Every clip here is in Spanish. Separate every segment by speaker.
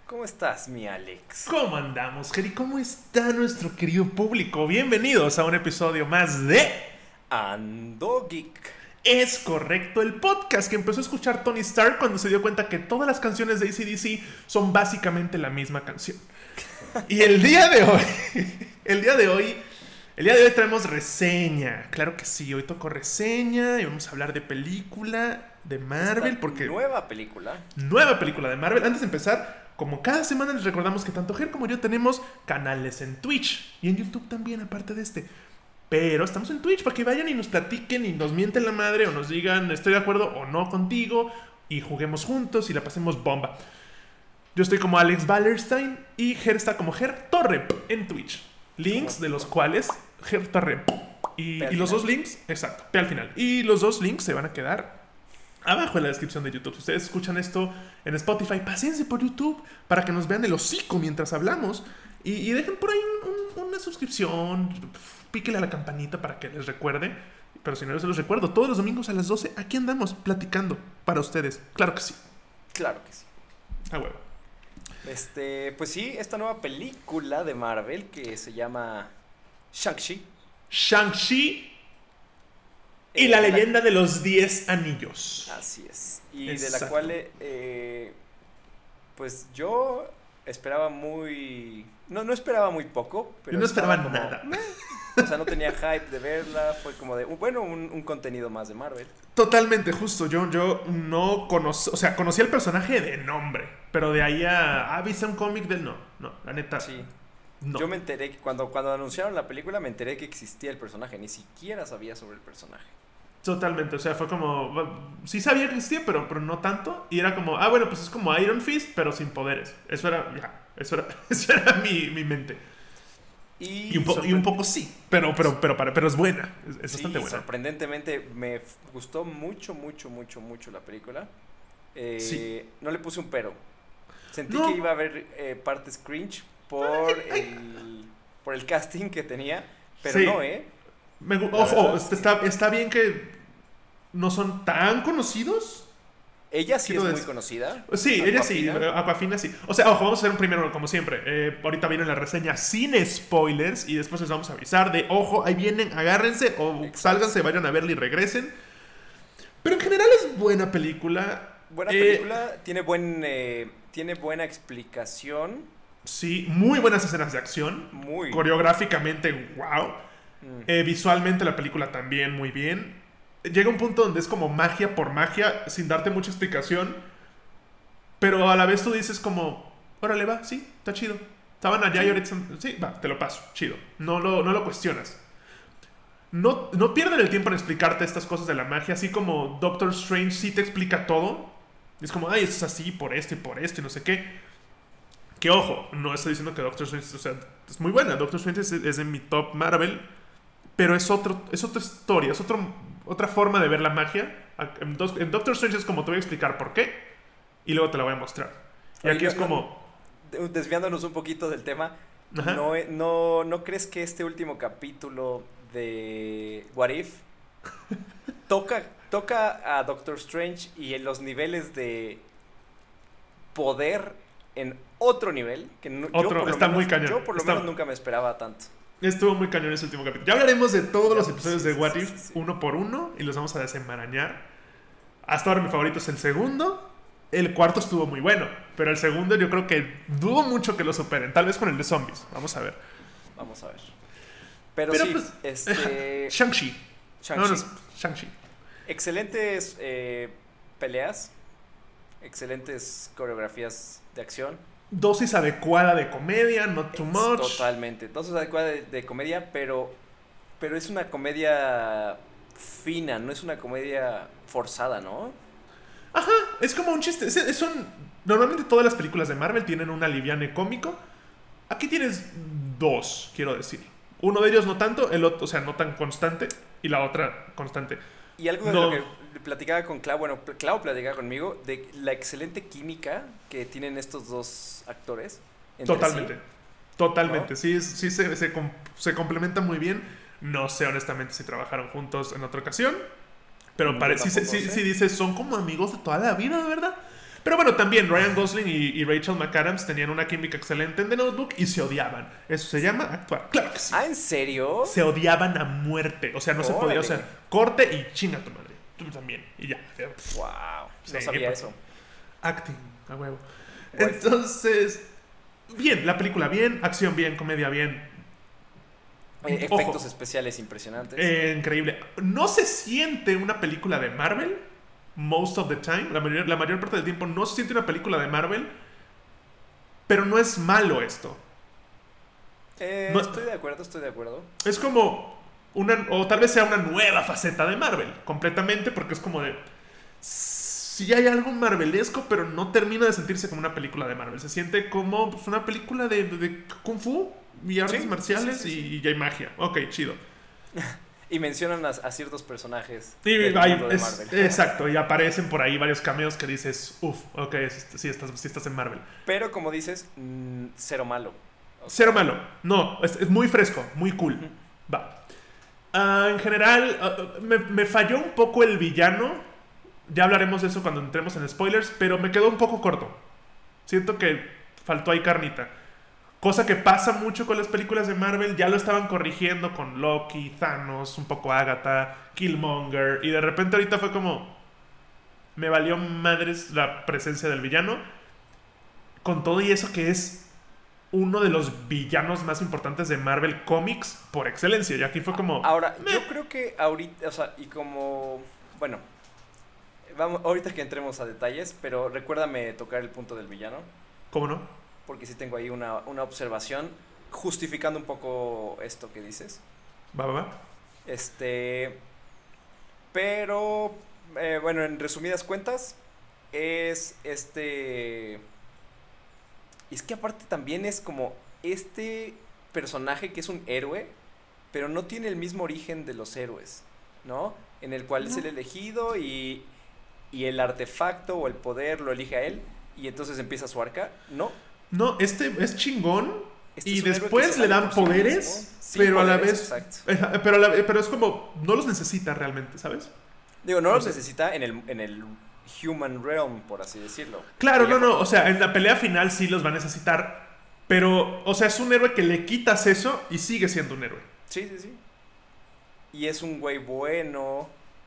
Speaker 1: ¿Cómo estás, mi Alex?
Speaker 2: ¿Cómo andamos, Jerry? ¿Cómo está nuestro querido público? Bienvenidos a un episodio más de
Speaker 1: Ando Geek.
Speaker 2: Es Correcto, el podcast que empezó a escuchar Tony Stark cuando se dio cuenta que todas las canciones de AC/DC son básicamente la misma canción. Y el día de hoy traemos reseña. Claro que sí, hoy tocó reseña y vamos a hablar de película de Marvel.
Speaker 1: Nueva película
Speaker 2: de Marvel. Antes de empezar, como cada semana les recordamos que tanto Ger como yo tenemos canales en Twitch y en YouTube también, aparte de este. Pero estamos en Twitch para que vayan y nos platiquen y nos mienten la madre o nos digan estoy de acuerdo o no contigo y juguemos juntos y la pasemos bomba. Yo estoy como Alex Ballerstein y Ger está como Ger Torrep en Twitch. Links de los cuales Ger Torrep. Y los dos links, exacto, P al final. Y los dos links se van a quedar abajo en la descripción de YouTube. Si ustedes escuchan esto en Spotify, pásense por YouTube para que nos vean el hocico mientras hablamos. Y dejen por ahí una suscripción. Píquele a la campanita para que les recuerde. Pero si no, yo se los recuerdo. Todos los domingos a las 12, aquí andamos platicando para ustedes. Claro que sí.
Speaker 1: Claro que sí.
Speaker 2: A huevo.
Speaker 1: Pues sí, esta nueva película de Marvel que se llama Shang-Chi.
Speaker 2: Shang-Chi y la leyenda de los 10 anillos.
Speaker 1: Así es. Y
Speaker 2: exacto.
Speaker 1: de la cual, pues yo esperaba muy... No esperaba muy poco, pero...
Speaker 2: Yo no esperaba
Speaker 1: como,
Speaker 2: nada.
Speaker 1: O sea, no tenía hype de verla. Fue como de, bueno, un contenido más de Marvel.
Speaker 2: Totalmente, justo. Yo no conocí, o sea, conocí al personaje de nombre, pero de ahí a viste un cómic del no, la neta.
Speaker 1: Sí.
Speaker 2: No.
Speaker 1: Yo me enteré que cuando anunciaron la película me enteré que existía el personaje, ni siquiera sabía sobre el personaje.
Speaker 2: Totalmente, o sea, fue como, sí sabía que existía, pero no tanto, y era como, bueno, pues es como Iron Fist, pero sin poderes. Eso era mi mente. Y un poco sí, pero es buena, es
Speaker 1: sí,
Speaker 2: bastante buena.
Speaker 1: Sorprendentemente me gustó mucho la película.
Speaker 2: Sí.
Speaker 1: No le puse un pero. Sentí que iba a haber partes cringe por el casting que tenía, pero
Speaker 2: sí. Ojo, está bien que no son tan conocidos.
Speaker 1: Ella sí es muy conocida.
Speaker 2: Sí, ella sí, Aquafina sí. O sea, ojo, vamos a hacer un primero como siempre. Ahorita viene la reseña sin spoilers y después les vamos a avisar de, ojo, ahí vienen, agárrense o sálganse, vayan a verla y regresen. Pero en general es buena película.
Speaker 1: Buena película, tiene buena explicación.
Speaker 2: Sí, muy buenas escenas de acción.
Speaker 1: Muy.
Speaker 2: Coreográficamente, wow. Visualmente la película también muy bien. Llega un punto donde es como magia por magia, sin darte mucha explicación. Pero a la vez tú dices como, órale, va, sí, está chido. Estaban allá y ahorita, sí, va, te lo paso, chido. No lo cuestionas. No pierden el tiempo en explicarte estas cosas de la magia, así como Doctor Strange sí te explica todo. Es como, esto es así por esto y no sé qué. Que ojo, no estoy diciendo que Doctor Strange, o sea, es muy buena. Doctor Strange es de mi top Marvel. Pero es otra historia, es otra forma de ver la magia. En Doctor Strange es como te voy a explicar por qué y luego te la voy a mostrar. Y aquí es como...
Speaker 1: Desviándonos un poquito del tema, ¿no crees que este último capítulo de What If toca a Doctor Strange y en los niveles de poder en otro nivel? Que yo por lo menos nunca me esperaba tanto.
Speaker 2: Estuvo muy cañón ese último capítulo. Ya hablaremos de todos los episodios de What If uno por uno y los vamos a desenmarañar. Hasta ahora mi favorito es el segundo. El cuarto estuvo muy bueno, pero el segundo yo creo que dudo mucho que lo superen. Tal vez con el de zombies. Vamos a ver.
Speaker 1: Pero sí, pues,
Speaker 2: Shang-Chi. Shang-Chi.
Speaker 1: Excelentes peleas. Excelentes coreografías de acción.
Speaker 2: Dosis adecuada de comedia, not too much.
Speaker 1: Totalmente. Dosis adecuada de comedia, pero es una comedia fina, no es una comedia forzada, ¿no?
Speaker 2: Ajá, es como un chiste. Normalmente todas las películas de Marvel tienen un aliviane cómico. Aquí tienes dos, quiero decir. Uno de ellos no tanto, el otro, o sea, no tan constante, y la otra constante.
Speaker 1: Y algo de lo que platicaba con Clau, Clau platicaba conmigo de la excelente química que tienen estos dos actores.
Speaker 2: Totalmente. ¿No? Sí, se complementan muy bien. No sé honestamente si trabajaron juntos en otra ocasión, pero sí dices, son como amigos de toda la vida, de verdad. Pero bueno, también Ryan Gosling y Rachel McAdams tenían una química excelente en The Notebook y se odiaban. Eso se llama actuar. Claro que sí.
Speaker 1: ¿Ah, en serio?
Speaker 2: Se odiaban a muerte. O sea, no se podía, o sea, corte y chinga tu madre. Tú también. Y ya.
Speaker 1: Wow. No sabía eso.
Speaker 2: Acting, a huevo. Entonces, bien, la película bien, acción bien, comedia bien.
Speaker 1: Efectos especiales impresionantes.
Speaker 2: Increíble. No se siente una película de Marvel most of the time. La mayor parte del tiempo no se siente una película de Marvel. Pero no es malo esto.
Speaker 1: No, estoy de acuerdo.
Speaker 2: Es como o tal vez sea una nueva faceta de Marvel, completamente, porque es como de... Sí hay algo marvelesco, pero no termina de sentirse como una película de Marvel. Se siente como pues, una película de Kung Fu y artes marciales y ya hay magia. Ok, chido.
Speaker 1: Y mencionan a ciertos personajes
Speaker 2: del mundo de Marvel. Exacto, y aparecen por ahí varios cameos que dices, ok, sí estás en Marvel.
Speaker 1: Pero como dices, cero malo.
Speaker 2: Cero malo. No, es muy fresco, muy cool. Va. En general, me falló un poco el villano. Ya hablaremos de eso cuando entremos en spoilers, pero me quedó un poco corto. Siento que faltó ahí carnita. Cosa que pasa mucho con las películas de Marvel. Ya lo estaban corrigiendo con Loki, Thanos, un poco Agatha, Killmonger. Y de repente ahorita fue como... Me valió madres la presencia del villano. Con todo y eso que es uno de los villanos más importantes de Marvel Comics por excelencia. Y aquí fue como...
Speaker 1: Ahora, yo creo que ahorita... O sea, y como... Bueno... Vamos, ahorita que entremos a detalles, pero recuérdame tocar el punto del villano.
Speaker 2: ¿Cómo no?
Speaker 1: Porque sí tengo ahí una observación justificando un poco esto que dices.
Speaker 2: Va.
Speaker 1: Pero, bueno, en resumidas cuentas, es que aparte también es como este personaje que es un héroe, pero no tiene el mismo origen de los héroes, ¿no? En el cual es el elegido y el artefacto o el poder lo elige a él y entonces empieza su arca. No,
Speaker 2: es chingón y después le dan poderes, pero a la vez pero es como no los necesita realmente, ¿sabes?
Speaker 1: Digo, no los necesita en el human realm, por así decirlo.
Speaker 2: Claro, o sea, en la pelea final sí los va a necesitar, pero, o sea, es un héroe que le quitas eso y sigue siendo un héroe.
Speaker 1: Sí. Y es un güey bueno.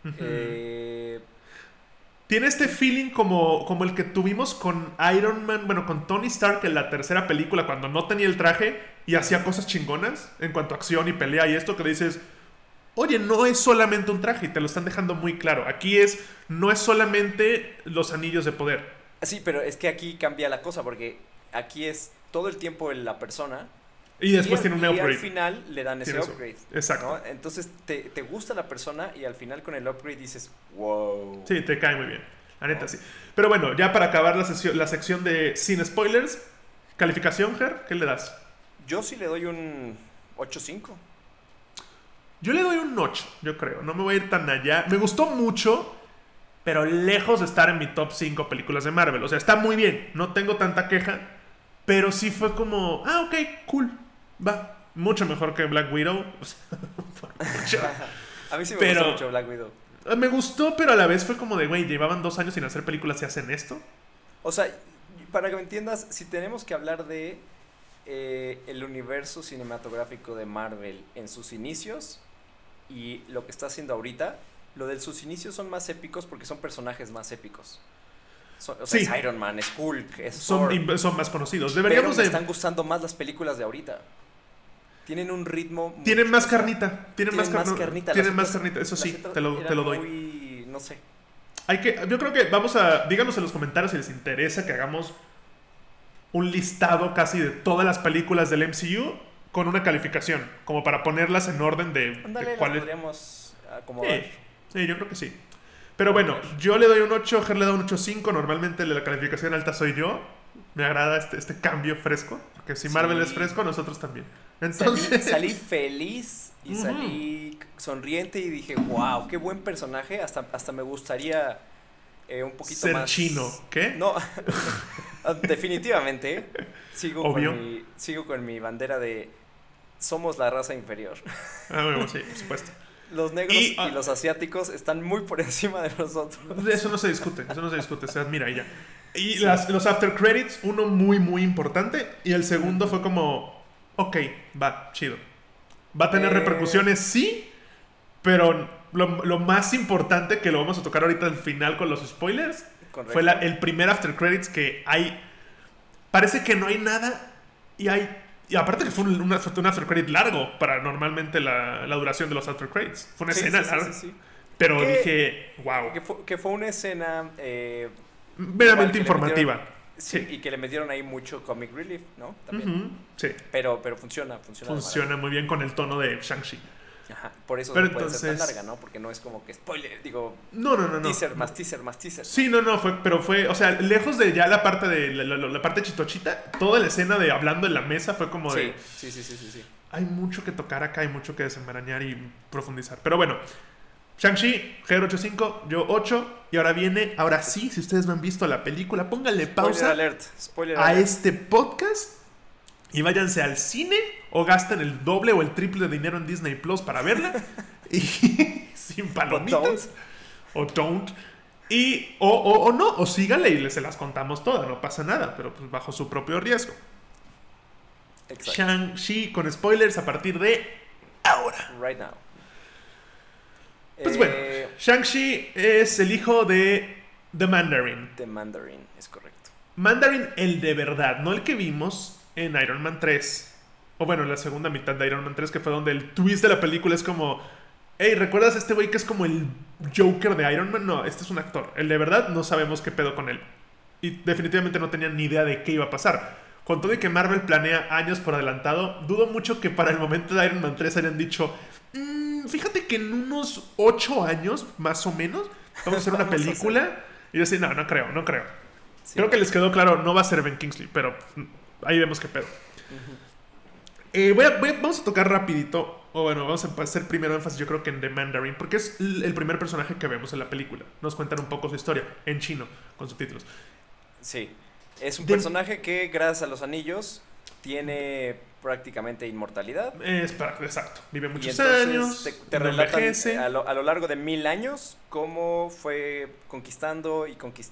Speaker 2: Tiene este feeling como el que tuvimos con Iron Man, bueno, con Tony Stark en la tercera película, cuando no tenía el traje y hacía cosas chingonas en cuanto a acción y pelea y esto que dices, oye, no es solamente un traje y te lo están dejando muy claro. Aquí no es solamente los anillos de poder.
Speaker 1: Sí, pero es que aquí cambia la cosa porque aquí es todo el tiempo la persona.
Speaker 2: Y después tiene un upgrade.
Speaker 1: Y al final le dan ese upgrade.
Speaker 2: Exacto.
Speaker 1: ¿No? Entonces te gusta la persona y al final con el upgrade dices, wow.
Speaker 2: Sí, te cae muy bien. La neta, sí. Pero bueno, ya para acabar la sección de sin spoilers, calificación, Ger, ¿qué le das?
Speaker 1: Yo sí le doy un 8.5.
Speaker 2: Yo le doy un 8, yo creo. No me voy a ir tan allá. Me gustó mucho, pero lejos de estar en mi top 5 películas de Marvel. O sea, está muy bien. No tengo tanta queja. Pero sí fue como, ok, cool. Va, mucho mejor que Black Widow.
Speaker 1: A mí sí me gustó mucho Black Widow.
Speaker 2: Me gustó, pero a la vez fue como de, güey, llevaban 2 años sin hacer películas y hacen esto.
Speaker 1: O sea, para que me entiendas, si tenemos que hablar de el universo cinematográfico de Marvel en sus inicios y lo que está haciendo ahorita, lo de sus inicios son más épicos porque son personajes más épicos. Es Iron Man, es Hulk,
Speaker 2: son más conocidos.
Speaker 1: Me están gustando más las películas de ahorita. Tienen un ritmo...
Speaker 2: Tienen más carnita. Tienen más carnita. Eso sí, te lo doy.
Speaker 1: Muy, no sé.
Speaker 2: Yo creo que díganos en los comentarios si les interesa que hagamos un listado casi de todas las películas del MCU con una calificación, como para ponerlas en orden de
Speaker 1: cuál podríamos acomodar.
Speaker 2: Sí, yo creo que sí. Pero bueno, yo le doy un 8, Ger le da un 8.5. Normalmente la calificación alta soy yo. Me agrada este cambio fresco. Porque si Marvel es fresco, nosotros también. Entonces...
Speaker 1: Salí feliz y salí sonriente y dije, wow, qué buen personaje. Hasta me gustaría un poquito
Speaker 2: ser
Speaker 1: más...
Speaker 2: chino. ¿Qué?
Speaker 1: No, definitivamente. Sigo con mi bandera de somos la raza inferior.
Speaker 2: Bueno, sí, por supuesto.
Speaker 1: Los negros y los asiáticos están muy por encima de nosotros.
Speaker 2: Eso no se discute, se admira y ya. Y sí. Los after credits, uno muy, muy importante, y el segundo fue como, ok, va, chido. Va a tener repercusiones, sí, pero lo más importante, que lo vamos a tocar ahorita al final con los spoilers, correcto, fue el primer after credits que hay. Parece que no hay nada, y aparte que fue un after credit largo para normalmente la duración de los after credits. Fue una escena larga. Sí. Pero dije, wow.
Speaker 1: Que fue una escena
Speaker 2: meramente informativa.
Speaker 1: Sí, y que le metieron ahí mucho comic relief, ¿no? También.
Speaker 2: Sí.
Speaker 1: Pero funciona.
Speaker 2: Funciona muy bien con el tono de Shang-Chi.
Speaker 1: Ajá, por eso no puede ser tan larga, ¿no? Porque no es como que spoiler, digo...
Speaker 2: No.
Speaker 1: Teaser más teaser.
Speaker 2: Sí, fue, o sea, lejos de ya la parte de la parte chitochita, toda la escena de hablando en la mesa fue como de...
Speaker 1: Sí.
Speaker 2: Hay mucho que tocar acá, hay mucho que desenmarañar y profundizar. Pero bueno, Shang-Chi, Ger 8.5, yo 8, y ahora sí, si ustedes no han visto la película, pónganle pausa
Speaker 1: Spoiler
Speaker 2: a
Speaker 1: alert.
Speaker 2: este podcast y váyanse al cine o gasten el doble o el triple de dinero en Disney Plus para verla y sin palomitas o don't y o no, o síganle y se las contamos todas, no pasa nada, pero pues bajo su propio riesgo. Exacto. Shang-Chi con spoilers a partir de ahora.
Speaker 1: Right now.
Speaker 2: Pues bueno, Shang-Chi es el hijo de The Mandarin.
Speaker 1: The Mandarin, es correcto.
Speaker 2: Mandarin, el de verdad, no el que vimos en Iron Man 3. O bueno, en la segunda mitad de Iron Man 3, que fue donde el twist de la película es como... Hey, ¿recuerdas a este güey que es como el Joker de Iron Man? No, este es un actor. El de verdad no sabemos qué pedo con él. Y definitivamente no tenían ni idea de qué iba a pasar. Con todo y que Marvel planea años por adelantado, dudo mucho que para el momento de Iron Man 3 hayan dicho... fíjate que en unos 8 años, más o menos, vamos a hacer una película. Y yo decía, no creo. Sí, creo que les quedó claro, no va a ser Ben Kingsley, pero ahí vemos qué pedo. Vamos a tocar rapidito, o bueno, vamos a hacer primero énfasis yo creo que en The Mandarin, porque es el primer personaje que vemos en la película. Nos cuentan un poco su historia, en chino, con subtítulos.
Speaker 1: Sí, es un personaje que gracias a los anillos tiene prácticamente inmortalidad.
Speaker 2: Exacto, vive muchos años,
Speaker 1: te relatan a lo largo de 1000 años cómo fue conquistando,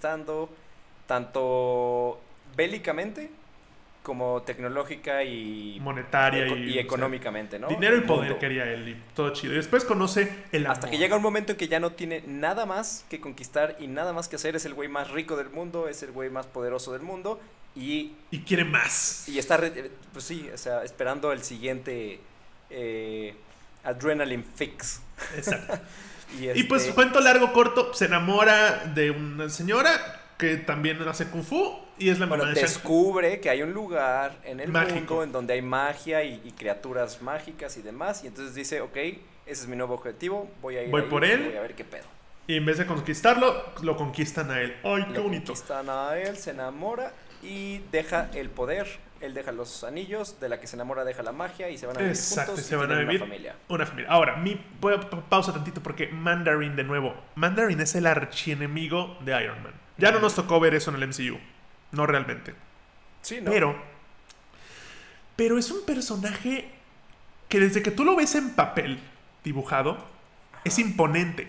Speaker 1: tanto bélicamente como tecnológica y
Speaker 2: monetaria
Speaker 1: y económicamente, ¿no?
Speaker 2: Dinero y poder quería él y todo chido. Y después conoce el amor.
Speaker 1: Hasta que llega un momento en que ya no tiene nada más que conquistar y nada más que hacer. Es el güey más rico del mundo, es el güey más poderoso del mundo y
Speaker 2: quiere más.
Speaker 1: Y está, pues sí, o sea, esperando el siguiente adrenaline fix.
Speaker 2: Exacto. Y pues cuento largo, corto, se enamora de una señora que también hace kung fu y es la mamá de Shang-Chi.
Speaker 1: Descubre que hay un lugar en el
Speaker 2: mágico
Speaker 1: mundo en donde hay magia y criaturas mágicas y demás, y entonces dice, ok, ese es mi nuevo objetivo, voy
Speaker 2: por él,
Speaker 1: voy a ver qué pedo.
Speaker 2: Y en vez de conquistarlo, lo conquistan a él. ¡Ay, qué bonito!
Speaker 1: Lo conquistan a él, se enamora y deja el poder. Él deja los anillos, de la que se enamora deja la magia y se van a vivir juntos.
Speaker 2: Se van a vivir una familia. Ahora, voy a pausa tantito porque Mandarin de nuevo. Mandarin es el archienemigo de Iron Man. Ya no nos tocó ver eso en el MCU. No realmente.
Speaker 1: Sí, ¿no?
Speaker 2: Pero es un personaje que desde que tú lo ves en papel dibujado, es imponente.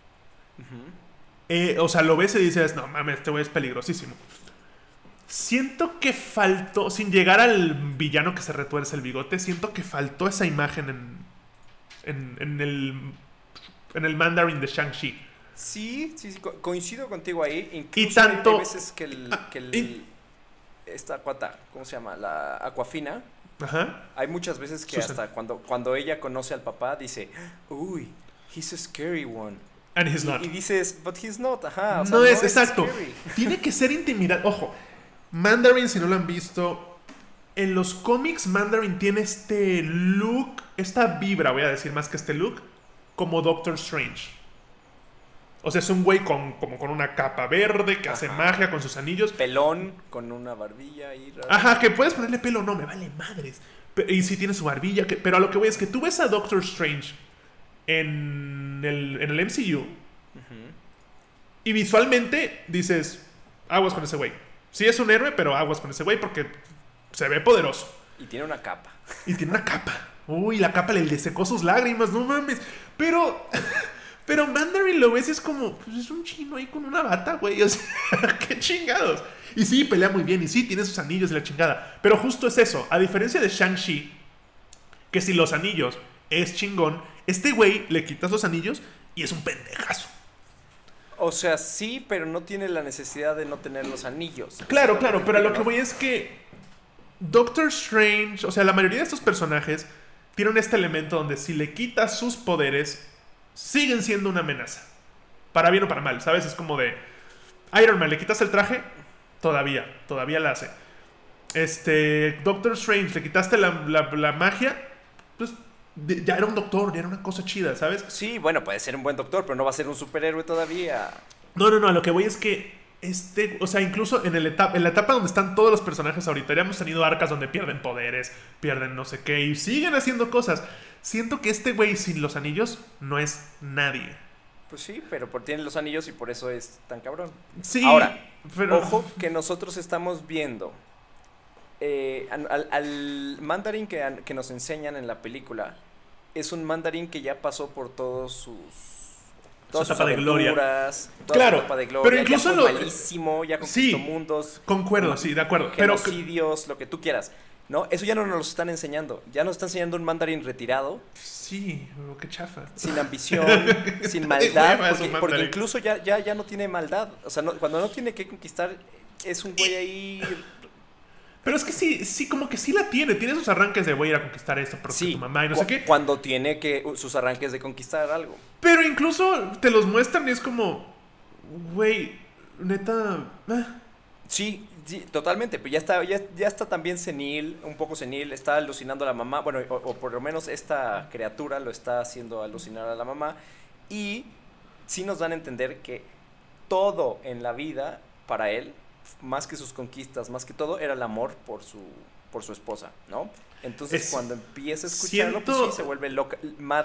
Speaker 2: O sea, lo ves y dices, no mames, este güey es peligrosísimo. Siento que faltó, sin llegar al villano que se retuerce el bigote, siento que faltó esa imagen en el Mandarin de Shang-Chi.
Speaker 1: Sí, coincido contigo ahí. Incluso
Speaker 2: y tanto,
Speaker 1: hay veces que esta cuata, ¿cómo se llama? La Aquafina.
Speaker 2: Ajá.
Speaker 1: Hay muchas veces que hasta cuando ella conoce al papá dice, uy, he's a scary one.
Speaker 2: And he's not.
Speaker 1: Y dices, but he's not, ajá. O sea,
Speaker 2: no es, exacto. Scary. Tiene que ser intimidante. Ojo, Mandarin, si no lo han visto, en los cómics Mandarin tiene este look, esta vibra, voy a decir más que este look, como Doctor Strange. O sea, es un güey como con una capa verde que hace magia con sus anillos.
Speaker 1: Pelón, con una barbilla ahí rara.
Speaker 2: Ajá, que puedes ponerle pelo, no, me vale madres. Y sí tiene su barbilla, pero a lo que voy es que tú ves a Doctor Strange en el MCU y visualmente dices, aguas con ese güey. Sí es un héroe, pero aguas con ese güey porque se ve poderoso.
Speaker 1: Y tiene una capa.
Speaker 2: Uy, la capa le secó sus lágrimas, no mames. Pero Mandarin lo ves y es como, pues es un chino ahí con una bata, güey. O sea, qué chingados. Y sí, pelea muy bien, y sí, tiene sus anillos y la chingada. Pero justo es eso. A diferencia de Shang-Chi, que si los anillos es chingón, este güey le quitas los anillos y es un pendejazo.
Speaker 1: O sea, sí, pero no tiene la necesidad de no tener los anillos.
Speaker 2: Claro, pero a lo que voy es que Doctor Strange, o sea, la mayoría de estos personajes tienen este elemento donde si le quitas sus poderes, siguen siendo una amenaza. Para bien o para mal, ¿sabes? Es como de Iron Man, le quitas el traje, todavía la hace. Doctor Strange, le quitaste la magia, pues ya era un doctor, ya era una cosa chida, ¿sabes?
Speaker 1: Sí, bueno, puede ser un buen doctor, pero no va a ser un superhéroe todavía.
Speaker 2: No, a lo que voy es que o sea, incluso en la etapa donde están todos los personajes ahorita, ya hemos tenido arcas donde pierden poderes, pierden no sé qué, y siguen haciendo cosas. Siento que este güey sin los anillos no es nadie.
Speaker 1: Pues sí, pero tiene los anillos y por eso es tan cabrón.
Speaker 2: Sí,
Speaker 1: ahora,
Speaker 2: pero
Speaker 1: ojo que nosotros estamos viendo al mandarín que nos enseñan en la película. Es un mandarín que ya pasó por todas sus
Speaker 2: etapa de gloria.
Speaker 1: Claro, etapa de gloria.
Speaker 2: Pero incluso
Speaker 1: ya fue malísimo, ya conquistó mundos.
Speaker 2: Concuerdo, sí, de acuerdo.
Speaker 1: Genocidios, lo que tú quieras. ¿No? Eso ya no nos lo están enseñando. Ya nos está enseñando un mandarín retirado.
Speaker 2: Sí, qué chafa.
Speaker 1: Sin ambición, sin maldad. Porque incluso ya no tiene maldad. O sea, cuando no tiene que conquistar, es un güey ahí.
Speaker 2: Pero es que sí, como que sí la tiene. Tiene sus arranques de voy a ir a conquistar esto, pero sí, tu mamá y no sé qué.
Speaker 1: Cuando tiene sus arranques de conquistar algo.
Speaker 2: Pero incluso te los muestran y es como, güey, neta.
Speaker 1: Sí, totalmente. Pero ya está también senil, un poco senil. Está alucinando a la mamá. Bueno, o por lo menos esta criatura lo está haciendo alucinar a la mamá. Y sí nos dan a entender que todo en la vida, para él, más que sus conquistas, más que todo, era el amor por su esposa, ¿no? Entonces, cuando empieza a escucharlo, pues sí, se vuelve mad.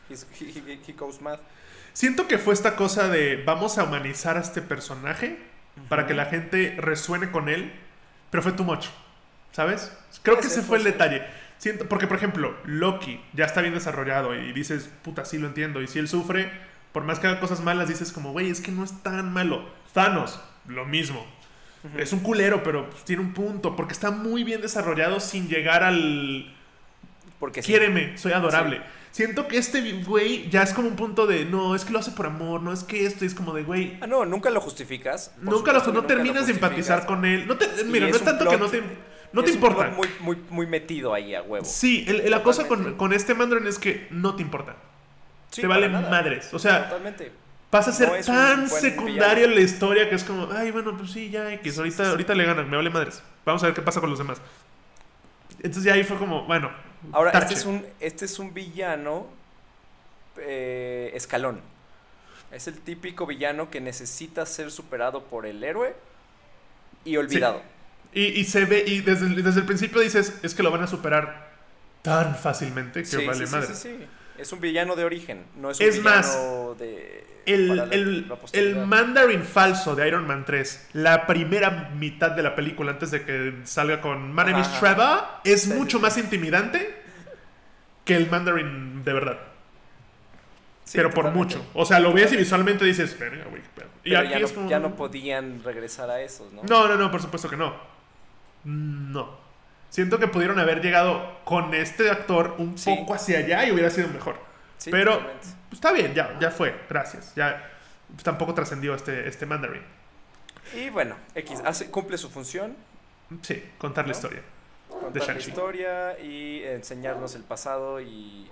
Speaker 1: He goes mad.
Speaker 2: Siento que fue esta cosa de vamos a humanizar a este personaje para que la gente resuene con él, pero fue too much, ¿sabes? Creo que ese fue el detalle. Porque, por ejemplo, Loki ya está bien desarrollado y dices, puta, sí lo entiendo. Y si él sufre, por más que haga cosas malas, dices como, güey, es que no es tan malo. Thanos, lo mismo. Es un culero, pero pues, tiene un punto. Porque está muy bien desarrollado sin llegar al...
Speaker 1: Porque
Speaker 2: quiéreme, soy adorable. Sí. Siento que este güey ya es como un punto de... No, es que lo hace por amor, no es que esto. Es como de, güey...
Speaker 1: no, nunca lo justificas.
Speaker 2: No terminas de empatizar con él. Mira, no es tanto que no te importa.
Speaker 1: Muy metido ahí a huevo.
Speaker 2: Sí, la cosa con este Mandarin es que no te importa. Sí, te vale madres. O sea... Totalmente. Pasa a ser tan secundario en la historia que es como, ay, bueno, pues sí, ya X, ahorita le ganan, me vale madres. Vamos a ver qué pasa con los demás. Entonces ya ahí fue como, bueno.
Speaker 1: Ahora, este es un villano escalón. Es el típico villano que necesita ser superado por el héroe y olvidado.
Speaker 2: Sí. Y se ve, y desde el principio dices, es que lo van a superar tan fácilmente que vale madres.
Speaker 1: Sí. Es un villano de origen, no es un villano de...
Speaker 2: El Mandarin falso de Iron Man 3, la primera mitad de la película antes de que salga con My name is Trevor, es mucho más intimidante que el Mandarin de verdad. Sí, pero por mucho. O sea, lo ves y visualmente dices, verga, güey, y
Speaker 1: aquí ya, ya no podían regresar a esos, ¿no?
Speaker 2: No, por supuesto que no. No. Siento que pudieron haber llegado con este actor un poco hacia allá y hubiera sido mejor. Sí, pero pues, está bien, ya fue, gracias. Ya pues, tampoco trascendió este Mandarin.
Speaker 1: Y bueno, cumple su función.
Speaker 2: Sí, contar la historia.
Speaker 1: Contar la historia y enseñarnos el pasado y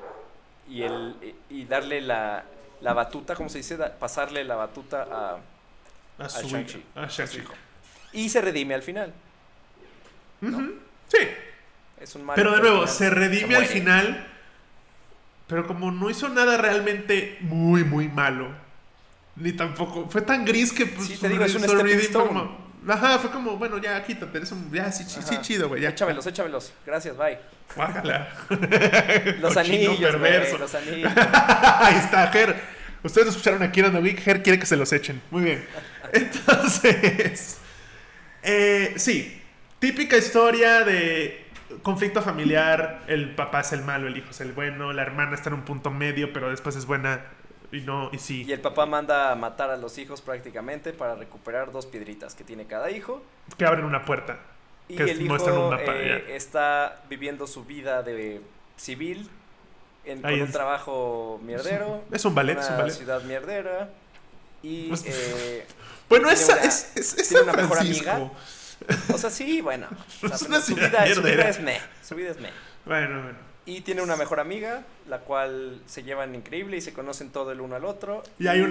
Speaker 1: darle la batuta, ¿cómo se dice? Pasarle la batuta a Shang-Chi.
Speaker 2: A Shang-Chi.
Speaker 1: Y se redime al final. ¿No?
Speaker 2: Sí.
Speaker 1: Es un
Speaker 2: pero de nuevo, se redime al final. Pero como no hizo nada realmente muy, muy malo, ni tampoco fue tan gris que pues,
Speaker 1: sí, te digo, es un stepping stone.
Speaker 2: Fue como, bueno, ya quítate, sí, chido, güey.
Speaker 1: Échamelos, gracias, bye.
Speaker 2: Bájala.
Speaker 1: Los anillos, perverso. Los anillos.
Speaker 2: Ahí está, Ger. Ustedes lo escucharon aquí en The Week, Ger quiere que se los echen. Muy bien. Entonces, sí, típica historia de conflicto familiar, el papá es el malo, el hijo es el bueno, la hermana está en un punto medio, pero después es buena y no, y sí.
Speaker 1: Y el papá manda a matar a los hijos prácticamente para recuperar 2 piedritas que tiene cada hijo.
Speaker 2: Que abren una puerta.
Speaker 1: Y
Speaker 2: Que
Speaker 1: el
Speaker 2: muestran un
Speaker 1: hijo
Speaker 2: mapa, ya.
Speaker 1: está viviendo su vida de civil con un trabajo mierdero.
Speaker 2: Es un ballet,
Speaker 1: una
Speaker 2: es un ballet.
Speaker 1: ciudad mierdera. Y
Speaker 2: Pues, bueno, es
Speaker 1: tiene
Speaker 2: San
Speaker 1: una mejor
Speaker 2: Francisco.
Speaker 1: amiga. O sea, sí, bueno. O sea,
Speaker 2: Es una
Speaker 1: su
Speaker 2: ciudad
Speaker 1: vida
Speaker 2: mierdera.
Speaker 1: es meh. Su vida es meh.
Speaker 2: Bueno.
Speaker 1: Y tiene una mejor amiga, la cual se llevan increíble y se conocen todo el uno al otro.
Speaker 2: Y hay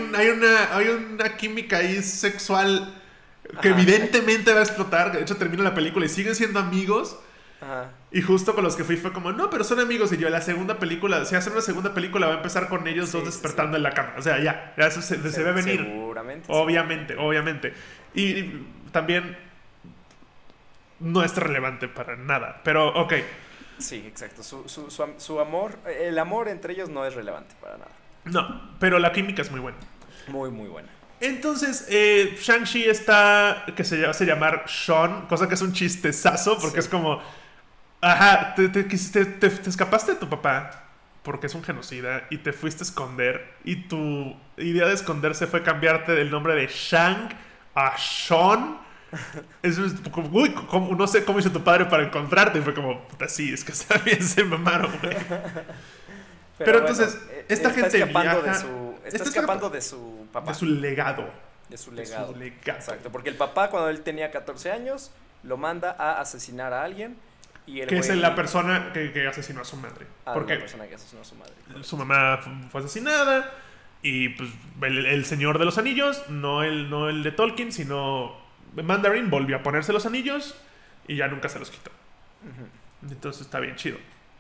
Speaker 2: una química ahí sexual que
Speaker 1: Ajá.
Speaker 2: evidentemente va a explotar. De hecho, termina la película y siguen siendo amigos.
Speaker 1: Ajá.
Speaker 2: Y justo con los que fui fue como, no, pero son amigos. Y yo, la segunda película, si hacen una segunda película, va a empezar con ellos dos despertando en la cama. O sea, ya eso se ve venir.
Speaker 1: Seguramente.
Speaker 2: Obviamente. Y también no es relevante para nada. Pero, ok.
Speaker 1: Sí, exacto. Su amor, el amor entre ellos no es relevante para nada.
Speaker 2: No, pero la química es muy buena.
Speaker 1: Muy, muy buena.
Speaker 2: Entonces, Shang-Chi está, que se hace llamar Sean, cosa que es un chistezazo, porque es como, ajá, te escapaste de tu papá, porque es un genocida, y te fuiste a esconder, y tu idea de esconderse fue cambiarte el nombre de Shang a Sean. Eso es como, uy, no sé cómo hizo tu padre para encontrarte, y fue como, puta, sí, es que está bien, se mamaron, güey. Pero entonces,
Speaker 1: bueno,
Speaker 2: esta gente
Speaker 1: escapando
Speaker 2: viaja,
Speaker 1: está escapando de su papá.
Speaker 2: de su legado.
Speaker 1: De su legado.
Speaker 2: Exacto.
Speaker 1: Porque el papá, cuando él tenía 14 años, lo manda a asesinar a alguien. Y el
Speaker 2: Que es
Speaker 1: güey-
Speaker 2: la persona que asesinó a su madre. Porque
Speaker 1: la persona que asesinó a su madre.
Speaker 2: su mamá fue asesinada. Y pues el Señor de los Anillos, no el de Tolkien, sino Mandarin, volvió a ponerse los anillos y ya nunca se los quitó.
Speaker 1: Ujú.
Speaker 2: Entonces está bien chido.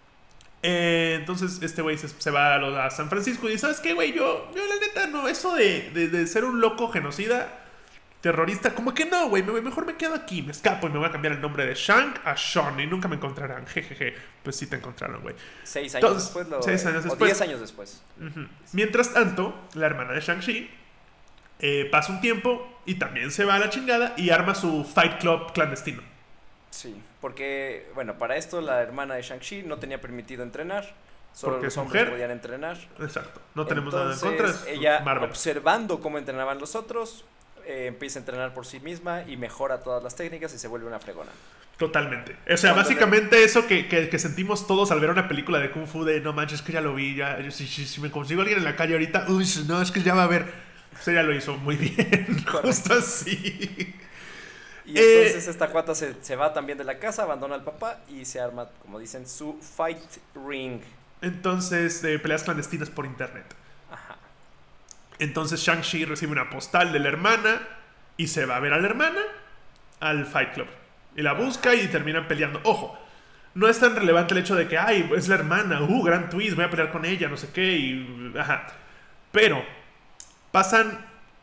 Speaker 2: Entonces este güey se va a San Francisco y dice, ¿sabes qué, güey? Yo la neta no, eso de ser un loco genocida, terrorista, como que no, güey, mejor me quedo aquí, me escapo y me voy a cambiar el nombre de Shang a Sean y nunca me encontrarán, jejeje. Pues sí te encontraron, güey.
Speaker 1: 6 años
Speaker 2: Entonces,
Speaker 1: después.
Speaker 2: 6 años
Speaker 1: o
Speaker 2: después.
Speaker 1: 10 años después.
Speaker 2: Ujú. Mientras tanto, la hermana de Shang-Chi pasa un tiempo y también se va a la chingada y arma su Fight Club clandestino.
Speaker 1: Sí, porque, bueno, para esto la hermana de Shang-Chi no tenía permitido entrenar. Solo
Speaker 2: Porque
Speaker 1: los
Speaker 2: es
Speaker 1: hombres
Speaker 2: mujer.
Speaker 1: podían entrenar.
Speaker 2: Exacto. No tenemos nada en
Speaker 1: Entonces,
Speaker 2: contra. Es
Speaker 1: ella,
Speaker 2: Marvel.
Speaker 1: observando cómo entrenaban los otros, empieza a entrenar por sí misma y mejora todas las técnicas y se vuelve una fregona.
Speaker 2: Totalmente. O sea,
Speaker 1: Cuando
Speaker 2: básicamente eso que sentimos todos al ver una película de Kung Fu de no manches, que ya lo vi, ya. Si me consigo a alguien en la calle ahorita, uy, no, es que ya va a ver. O sea, ya lo hizo muy bien. Justo así.
Speaker 1: Y entonces esta cuata se va también de la casa, abandona al papá y se arma, como dicen, su fight ring.
Speaker 2: Entonces, peleas clandestinas por internet.
Speaker 1: Ajá.
Speaker 2: Entonces Shang-Chi recibe una postal de la hermana y se va a ver a la hermana al Fight Club. Y la busca y terminan peleando. Ojo, no es tan relevante el hecho de que, ay, es la hermana, gran twist, voy a pelear con ella, no sé qué, y... Ajá. Pero pasan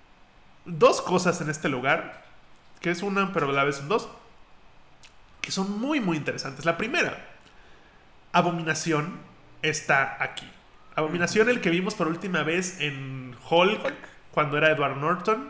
Speaker 2: 2 cosas en este lugar, que es una, pero a la vez son 2, que son muy, muy interesantes. La primera, Abominación está aquí. Abominación, el que vimos por última vez en Hulk. Cuando era Edward Norton.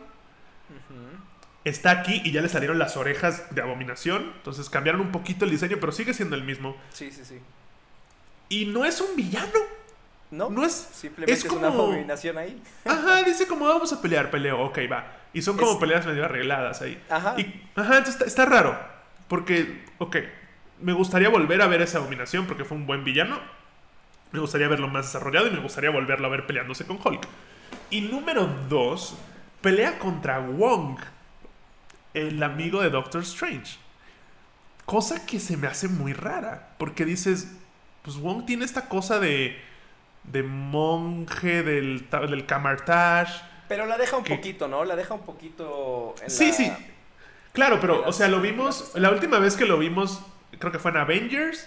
Speaker 2: Está aquí y ya le salieron las orejas de Abominación. Entonces cambiaron un poquito el diseño, pero sigue siendo el mismo.
Speaker 1: Sí, sí, sí.
Speaker 2: Y no es un villano.
Speaker 1: No
Speaker 2: es.
Speaker 1: Simplemente es una abominación ahí.
Speaker 2: Ajá, dice como vamos a pelear, peleo, ok, va. Y son como peleas medio arregladas ahí.
Speaker 1: Ajá.
Speaker 2: Entonces está raro. Porque, ok, me gustaría volver a ver esa Abominación porque fue un buen villano. Me gustaría verlo más desarrollado y me gustaría volverlo a ver peleándose con Hulk. Y número 2, pelea contra Wong, el amigo de Doctor Strange. Cosa que se me hace muy rara. Porque dices, pues Wong tiene esta cosa de monje del Camartage.
Speaker 1: Pero la deja un poquito, ¿no? La deja un poquito en
Speaker 2: Sí. Claro, pero, o sea, lo vimos... La última vez que lo vimos, creo que fue en Avengers.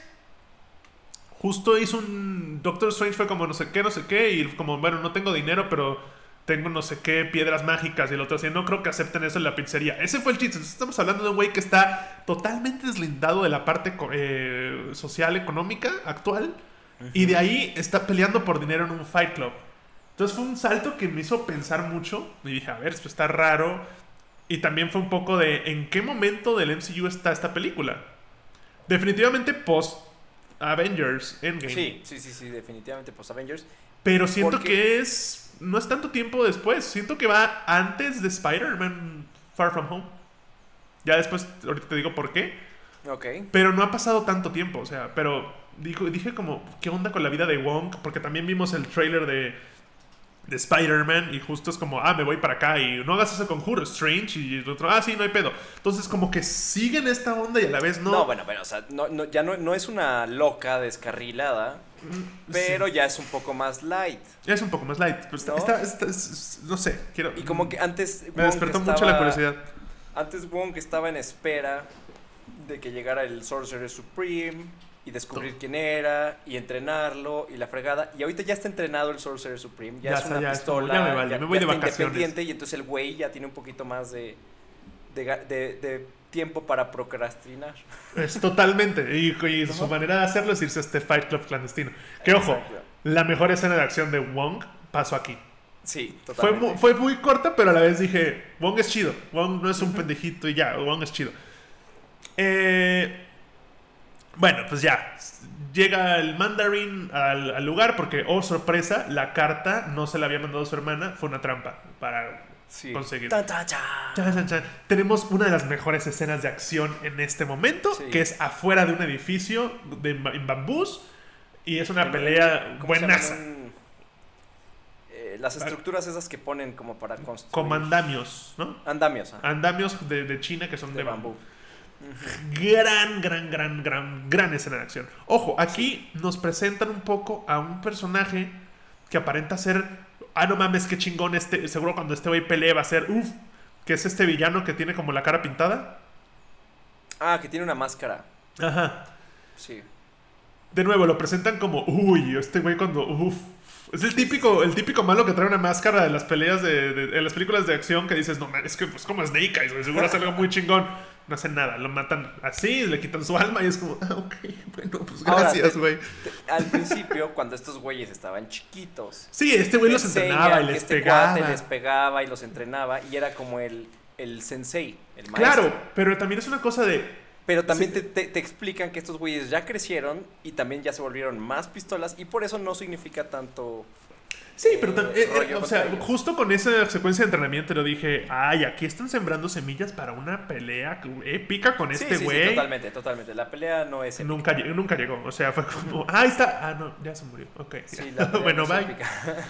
Speaker 2: Justo hizo un... Doctor Strange fue como no sé qué, y como, bueno, no tengo dinero, pero tengo no sé qué piedras mágicas. Y el otro decía, no creo que acepten eso en la pizzería. Ese fue el chiste. Entonces estamos hablando de un güey que está totalmente deslindado de la parte social, económica, actual. Y de ahí está peleando por dinero en un Fight Club. Entonces fue un salto que me hizo pensar mucho. Y dije, a ver, esto está raro. Y también fue un poco de, ¿en qué momento del MCU está esta película? definitivamente post Avengers Endgame.
Speaker 1: Sí, definitivamente post Avengers.
Speaker 2: Pero siento que no es tanto tiempo después. Siento que va antes de Spider-Man Far From Home. Ya después, ahorita te digo por qué.
Speaker 1: Ok.
Speaker 2: Pero no ha pasado tanto tiempo, o sea, pero dije como, ¿qué onda con la vida de Wong? Porque también vimos el trailer de Spider-Man y justo es como, me voy para acá y no hagas ese conjuro, Strange y el otro, sí, no hay pedo. Entonces como que siguen esta onda y a la vez no.
Speaker 1: No, bueno, o sea, ya no es una loca descarrilada, pero ya es un poco más light.
Speaker 2: Es un poco más light, pero no sé,
Speaker 1: Y como que antes
Speaker 2: me despertó mucho la curiosidad.
Speaker 1: Antes Wong estaba en espera de que llegara el Sorcerer Supreme y descubrir quién era y entrenarlo y la fregada. Y ahorita ya está entrenado el Sorcerer Supreme, ya es una pistola,
Speaker 2: ya me vale, me voy de vacaciones.
Speaker 1: Independiente, y entonces el güey ya tiene un poquito más de tiempo para procrastinar.
Speaker 2: Es totalmente. Y su manera de hacerlo es irse a este Fight Club clandestino. Que ojo,
Speaker 1: Exacto.
Speaker 2: La mejor escena de acción de Wong pasó aquí.
Speaker 1: Sí, totalmente.
Speaker 2: Fue muy corta, pero a la vez dije, Wong es chido. Wong no es un pendejito y ya, Wong es chido. Bueno, pues ya. Llega el Mandarin al lugar porque, sorpresa, la carta no se la había mandado a su hermana. Fue una trampa para conseguir.
Speaker 1: Tan, tan, chan.
Speaker 2: Tenemos una de las mejores escenas de acción en este momento, que es afuera de un edificio en bambús. Y es una pelea buenaza.
Speaker 1: Las estructuras esas que ponen como para construir.
Speaker 2: Como andamios, ¿no?
Speaker 1: Andamios.
Speaker 2: Andamios de China que son de bambú.
Speaker 1: Uh-huh.
Speaker 2: Gran escena de acción. Ojo, aquí nos presentan un poco a un personaje que aparenta ser, no mames, qué chingón seguro cuando este güey pelee va a ser, que es este villano que tiene como la cara pintada.
Speaker 1: Que tiene una máscara.
Speaker 2: Ajá.
Speaker 1: Sí.
Speaker 2: De nuevo, lo presentan como, este güey cuando, es el típico malo que trae una máscara de las peleas de las películas de acción que dices, no, man, es que pues como Snake Eyes, seguro es algo muy chingón. No hacen nada, lo matan así, le quitan su alma y es como, ok, bueno, pues gracias, güey.
Speaker 1: Al principio, cuando estos güeyes estaban chiquitos.
Speaker 2: Sí, este güey los entrenaba y les pegaba.
Speaker 1: Les pegaba y los entrenaba y era como el sensei, el maestro.
Speaker 2: Claro, pero también es una cosa de...
Speaker 1: Pero también te explican que estos güeyes ya crecieron y también ya se volvieron más pistolas y por eso no significa tanto...
Speaker 2: Sí, pero o sea, justo con esa secuencia de entrenamiento lo dije, aquí están sembrando semillas para una pelea épica con este güey.
Speaker 1: Sí, totalmente. La pelea no es épica.
Speaker 2: Nunca llegó, o sea, fue como, ahí está, no, ya se murió, ok.
Speaker 1: Sí, la pelea
Speaker 2: bueno,
Speaker 1: no es
Speaker 2: bye.
Speaker 1: épica.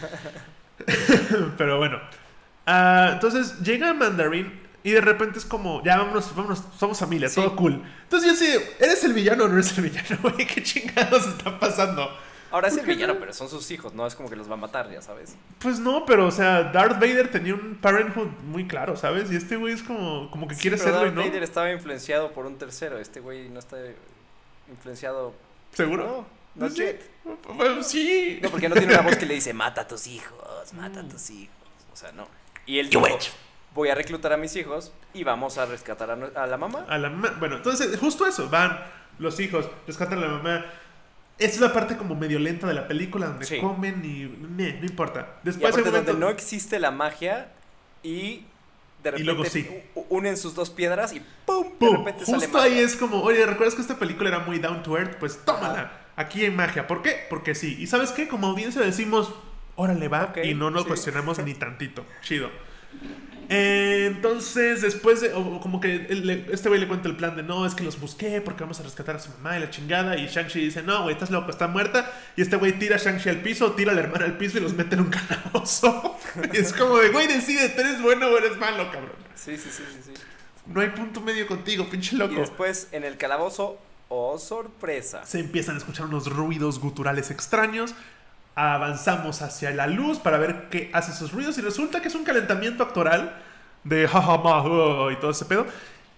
Speaker 2: Pero bueno, entonces llega Mandarin y de repente es como, ya vámonos, somos familia, todo cool. Entonces yo sí, ¿eres el villano o no eres el villano, güey? ¿Qué chingados está pasando?
Speaker 1: Ahora es el villano, pero son sus hijos, no es como que los va a matar, ya sabes.
Speaker 2: Pues no, pero o sea, Darth Vader tenía un parenthood muy claro, ¿sabes? Y este güey es como que quiere serlo y no.
Speaker 1: Darth Vader estaba influenciado por un tercero, este güey no está influenciado.
Speaker 2: ¿Seguro?
Speaker 1: No
Speaker 2: sí. Bueno, sí.
Speaker 1: No, porque no tiene una voz que le dice, mata a tus hijos. O sea, no. Y él dijo, voy a reclutar a mis hijos y vamos a rescatar a la mamá.
Speaker 2: Bueno, entonces, justo eso, van los hijos, rescatan a la mamá. Esta es la parte como medio lenta de la película donde comen y no importa. Después
Speaker 1: y donde no existe la magia y de repente
Speaker 2: luego sí.
Speaker 1: Unen sus dos piedras y ¡pum!
Speaker 2: ¡Pum!
Speaker 1: De repente
Speaker 2: justo
Speaker 1: sale magia.
Speaker 2: Ahí es como, oye, ¿recuerdas que esta película era muy down to earth? Pues tómala, aquí hay magia. ¿Por qué? Porque sí. ¿Y sabes qué? Como audiencia decimos, órale va, y no nos cuestionamos ni tantito. Chido. Entonces, después de, como que este güey le cuenta el plan de no, es que los busqué porque vamos a rescatar a su mamá y la chingada. Y Shang-Chi dice, no, güey, estás loco, está muerta. Y este güey tira a Shang-Chi al piso, tira a la hermana al piso y los mete en un calabozo. Y es como de, güey, decídete, ¿eres bueno o eres malo, cabrón?
Speaker 1: Sí.
Speaker 2: No hay punto medio contigo, pinche loco.
Speaker 1: Y después, en el calabozo, sorpresa,
Speaker 2: se empiezan a escuchar unos ruidos guturales extraños. Avanzamos hacia la luz para ver qué hace esos ruidos y resulta que es un calentamiento actoral de jajaja y todo ese pedo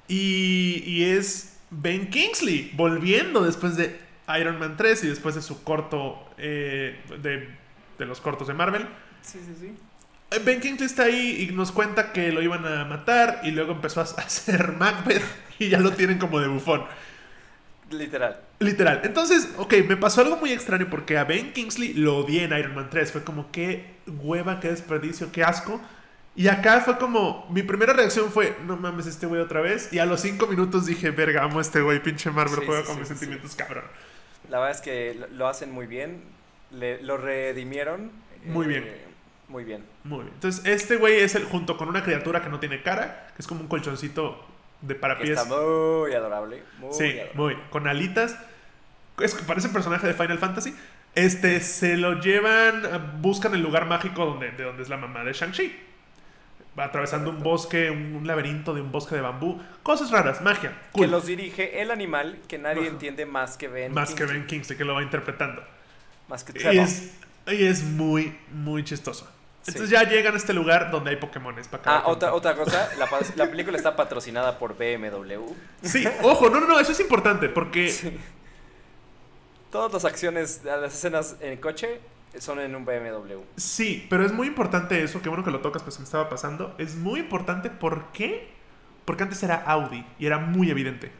Speaker 2: y es Ben Kingsley volviendo después de Iron Man 3 y después de su corto de los cortos de Marvel.
Speaker 1: Sí.
Speaker 2: Ben Kingsley está ahí y nos cuenta que lo iban a matar y luego empezó a hacer Macbeth y ya lo tienen como de bufón.
Speaker 1: Literal.
Speaker 2: Entonces, me pasó algo muy extraño porque a Ben Kingsley lo odié en Iron Man 3. Fue como, qué hueva, qué desperdicio, qué asco. Y acá fue como, mi primera reacción fue, no mames, este güey otra vez. Y a los 5 minutos dije, verga, amo a este güey, pinche Marvel, juega con mis sentimientos, cabrón.
Speaker 1: La verdad es que lo hacen muy bien, lo redimieron.
Speaker 2: Muy bien.
Speaker 1: Muy bien.
Speaker 2: Muy bien. Entonces, este güey es junto con una criatura que no tiene cara, que es como un colchoncito de parapiés.
Speaker 1: Está muy adorable.
Speaker 2: Muy. Con alitas. Parece un personaje de Final Fantasy. Se lo llevan, buscan el lugar mágico de donde es la mamá de Shang-Chi. Va atravesando un bosque, un laberinto de un bosque de bambú. Cosas raras, magia.
Speaker 1: Cool. Que los dirige el animal que nadie entiende más que Ben
Speaker 2: Kingsley. Más que Ben Kingsley, que lo va interpretando.
Speaker 1: Más que Trevor.
Speaker 2: Y es muy, muy chistoso. Entonces ya llegan a este lugar donde hay Pokémones.
Speaker 1: Otra cosa, la película está patrocinada por BMW.
Speaker 2: Sí, ojo, no, eso es importante porque...
Speaker 1: Sí. Todas las acciones, las escenas en coche son en un BMW.
Speaker 2: Sí, pero es muy importante eso, qué bueno que lo tocas, pues me estaba pasando. Es muy importante, ¿por qué? Porque antes era Audi y era muy evidente.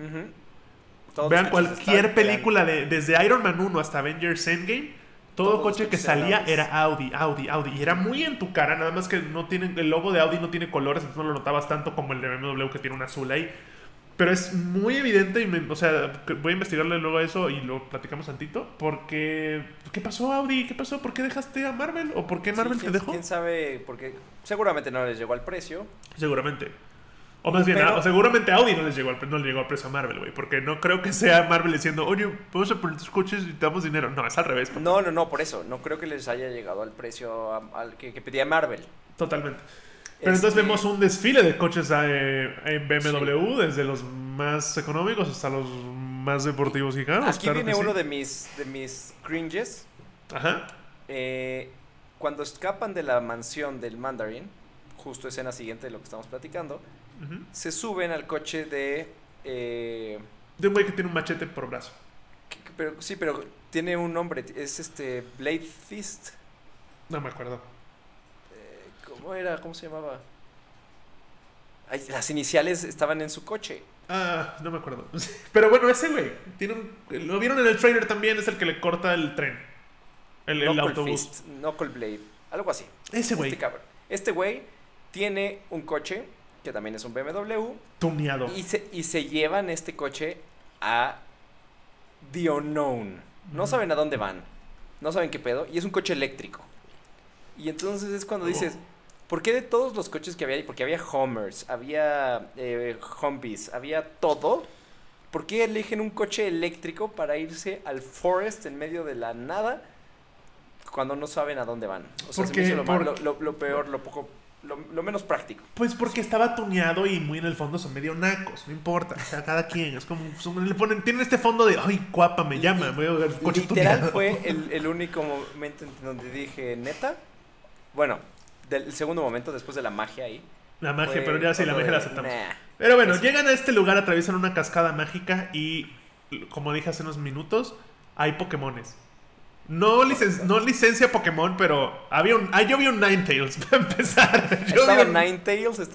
Speaker 2: Vean cualquier película, desde Iron Man 1 hasta Avengers Endgame, todo coche que salía era Audi. Y era muy en tu cara, nada más que el logo de Audi no tiene colores, entonces no lo notabas tanto como el de BMW que tiene un azul ahí. Pero es muy evidente y o sea, voy a investigarle luego a eso y lo platicamos tantito. Porque, ¿qué pasó, Audi? ¿Qué pasó? ¿Por qué dejaste a Marvel? ¿O por qué Marvel te dejó?
Speaker 1: ¿Quién sabe? Porque seguramente no les llegó al precio.
Speaker 2: Seguramente. O más bien, seguramente Audi no le llegó al precio a Marvel, güey. Porque no creo que sea Marvel diciendo, oye, vamos a poner tus coches y te damos dinero. No, es al revés.
Speaker 1: No, por eso. No creo que les haya llegado al precio al que pedía Marvel.
Speaker 2: Totalmente. Pero entonces vemos un desfile de coches en BMW, desde los más económicos hasta los más deportivos y caros.
Speaker 1: Aquí viene uno de mis cringes.
Speaker 2: Ajá.
Speaker 1: Cuando escapan de la mansión del Mandarin, justo escena siguiente de lo que estamos platicando, se suben al coche de
Speaker 2: un güey que tiene un machete por brazo.
Speaker 1: Pero tiene un nombre, es Blade Fist.
Speaker 2: No me acuerdo.
Speaker 1: ¿Cómo era? ¿Cómo se llamaba? Las iniciales estaban en su coche.
Speaker 2: No me acuerdo. Pero bueno, ese güey lo vieron en el trailer también, es el que le corta el tren. El autobús.
Speaker 1: Knuckle Blade, algo así.
Speaker 2: Ese güey.
Speaker 1: Este güey tiene un coche que también es un BMW.
Speaker 2: Tuneado.
Speaker 1: Y se llevan este coche a The Unknown. No saben a dónde van. No saben qué pedo. Y es un coche eléctrico. Y entonces es cuando dices, ¿por qué de todos los coches que había ahí? Porque había Hummers, había Humvees, había todo. ¿Por qué eligen un coche eléctrico para irse al forest en medio de la nada cuando no saben a dónde van? O sea, se me hizo lo peor, lo menos práctico.
Speaker 2: Pues porque estaba tuneado y muy en el fondo son medio nacos, no importa, o sea, cada quien, es como, tienen este fondo de, ay, guapa, me llama, voy a ver el coche
Speaker 1: literal
Speaker 2: tuneado.
Speaker 1: Fue el único momento en donde dije, ¿neta? Bueno, el segundo momento después de la magia ahí.
Speaker 2: La magia, pero ya sí, la magia la aceptamos. Pero bueno, llegan a este lugar, atraviesan una cascada mágica y, como dije hace unos minutos, hay Pokémones. No licencia Pokémon, pero yo vi un Ninetales para empezar.
Speaker 1: Estaba Ninetales,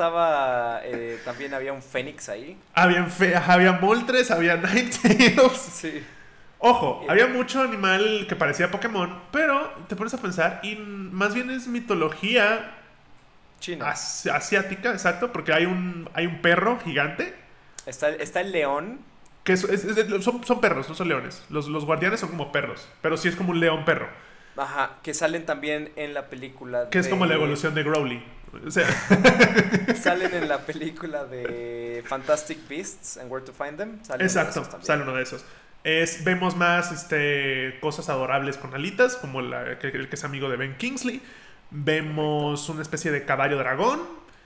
Speaker 1: también había un Fénix ahí.
Speaker 2: Había Moltres, había Ninetales.
Speaker 1: Sí.
Speaker 2: Ojo, había mucho animal que parecía Pokémon, pero te pones a pensar y más bien es mitología
Speaker 1: china,
Speaker 2: asiática, exacto, porque hay un perro gigante.
Speaker 1: Está el león.
Speaker 2: Que son perros, no son leones. Los guardianes son como perros, pero sí es como un león perro.
Speaker 1: Ajá, que salen también en la película
Speaker 2: que es como la evolución de Growly. O sea.
Speaker 1: Salen en la película de Fantastic Beasts and Where to Find Them.
Speaker 2: Exacto, sale uno de esos. Vemos más cosas adorables con alitas, como el que es amigo de Ben Kingsley. Vemos una especie de caballo dragón.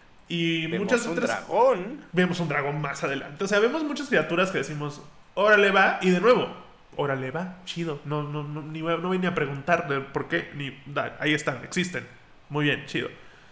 Speaker 2: Y muchas otras.
Speaker 1: Dragón.
Speaker 2: Vemos un dragón más adelante. O sea, vemos muchas criaturas que decimos, órale va. Y de nuevo, órale va, chido. No vine a preguntar por qué. Ahí están, existen. Muy bien, chido.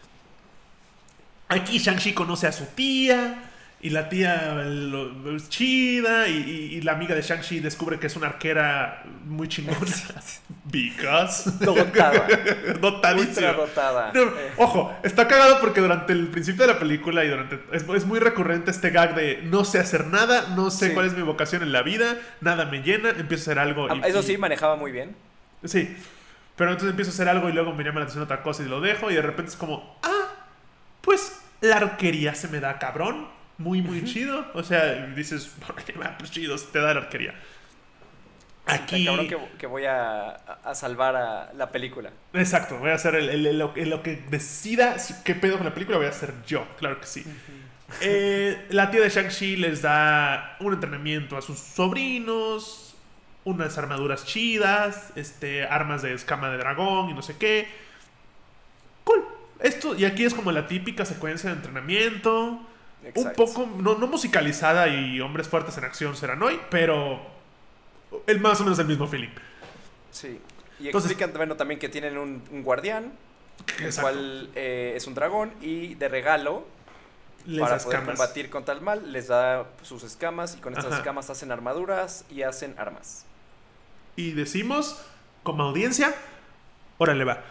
Speaker 2: Aquí Shang-Chi conoce a su tía. Y la tía es chida. Y la amiga de Shang-Chi descubre que es una arquera muy chingona. Because.
Speaker 1: Dotada.
Speaker 2: Dotadísima.
Speaker 1: Dotada.
Speaker 2: No, ojo, está cagado porque durante el principio de la película y es muy recurrente este gag de no sé hacer nada, no sé cuál es mi vocación en la vida, nada me llena, empiezo a hacer algo.
Speaker 1: Eso sí, manejaba muy bien.
Speaker 2: Sí. Pero entonces empiezo a hacer algo y luego me llama la atención otra cosa y lo dejo y de repente es como, Pues la arquería se me da cabrón. Muy, muy chido. O sea, dices, pues chido, se te da la arquería. Aquí...
Speaker 1: Sí, cabrón que voy a salvar a la película.
Speaker 2: Exacto, voy a hacer lo que decida qué pedo con la película, voy a hacer yo, claro que sí. La tía de Shang-Chi les da un entrenamiento a sus sobrinos, unas armaduras chidas, armas de escama de dragón y no sé qué. Cool. Esto, y aquí es como la típica secuencia de entrenamiento. Exacto. Un poco, no musicalizada y hombres fuertes en acción serán hoy, pero más o menos el mismo feeling.
Speaker 1: Sí. Y explican también que tienen un guardián, el cual es un dragón, y de regalo, para poder combatir contra el mal, les da sus escamas, y con estas escamas hacen armaduras y hacen armas.
Speaker 2: Y decimos, como audiencia, órale va.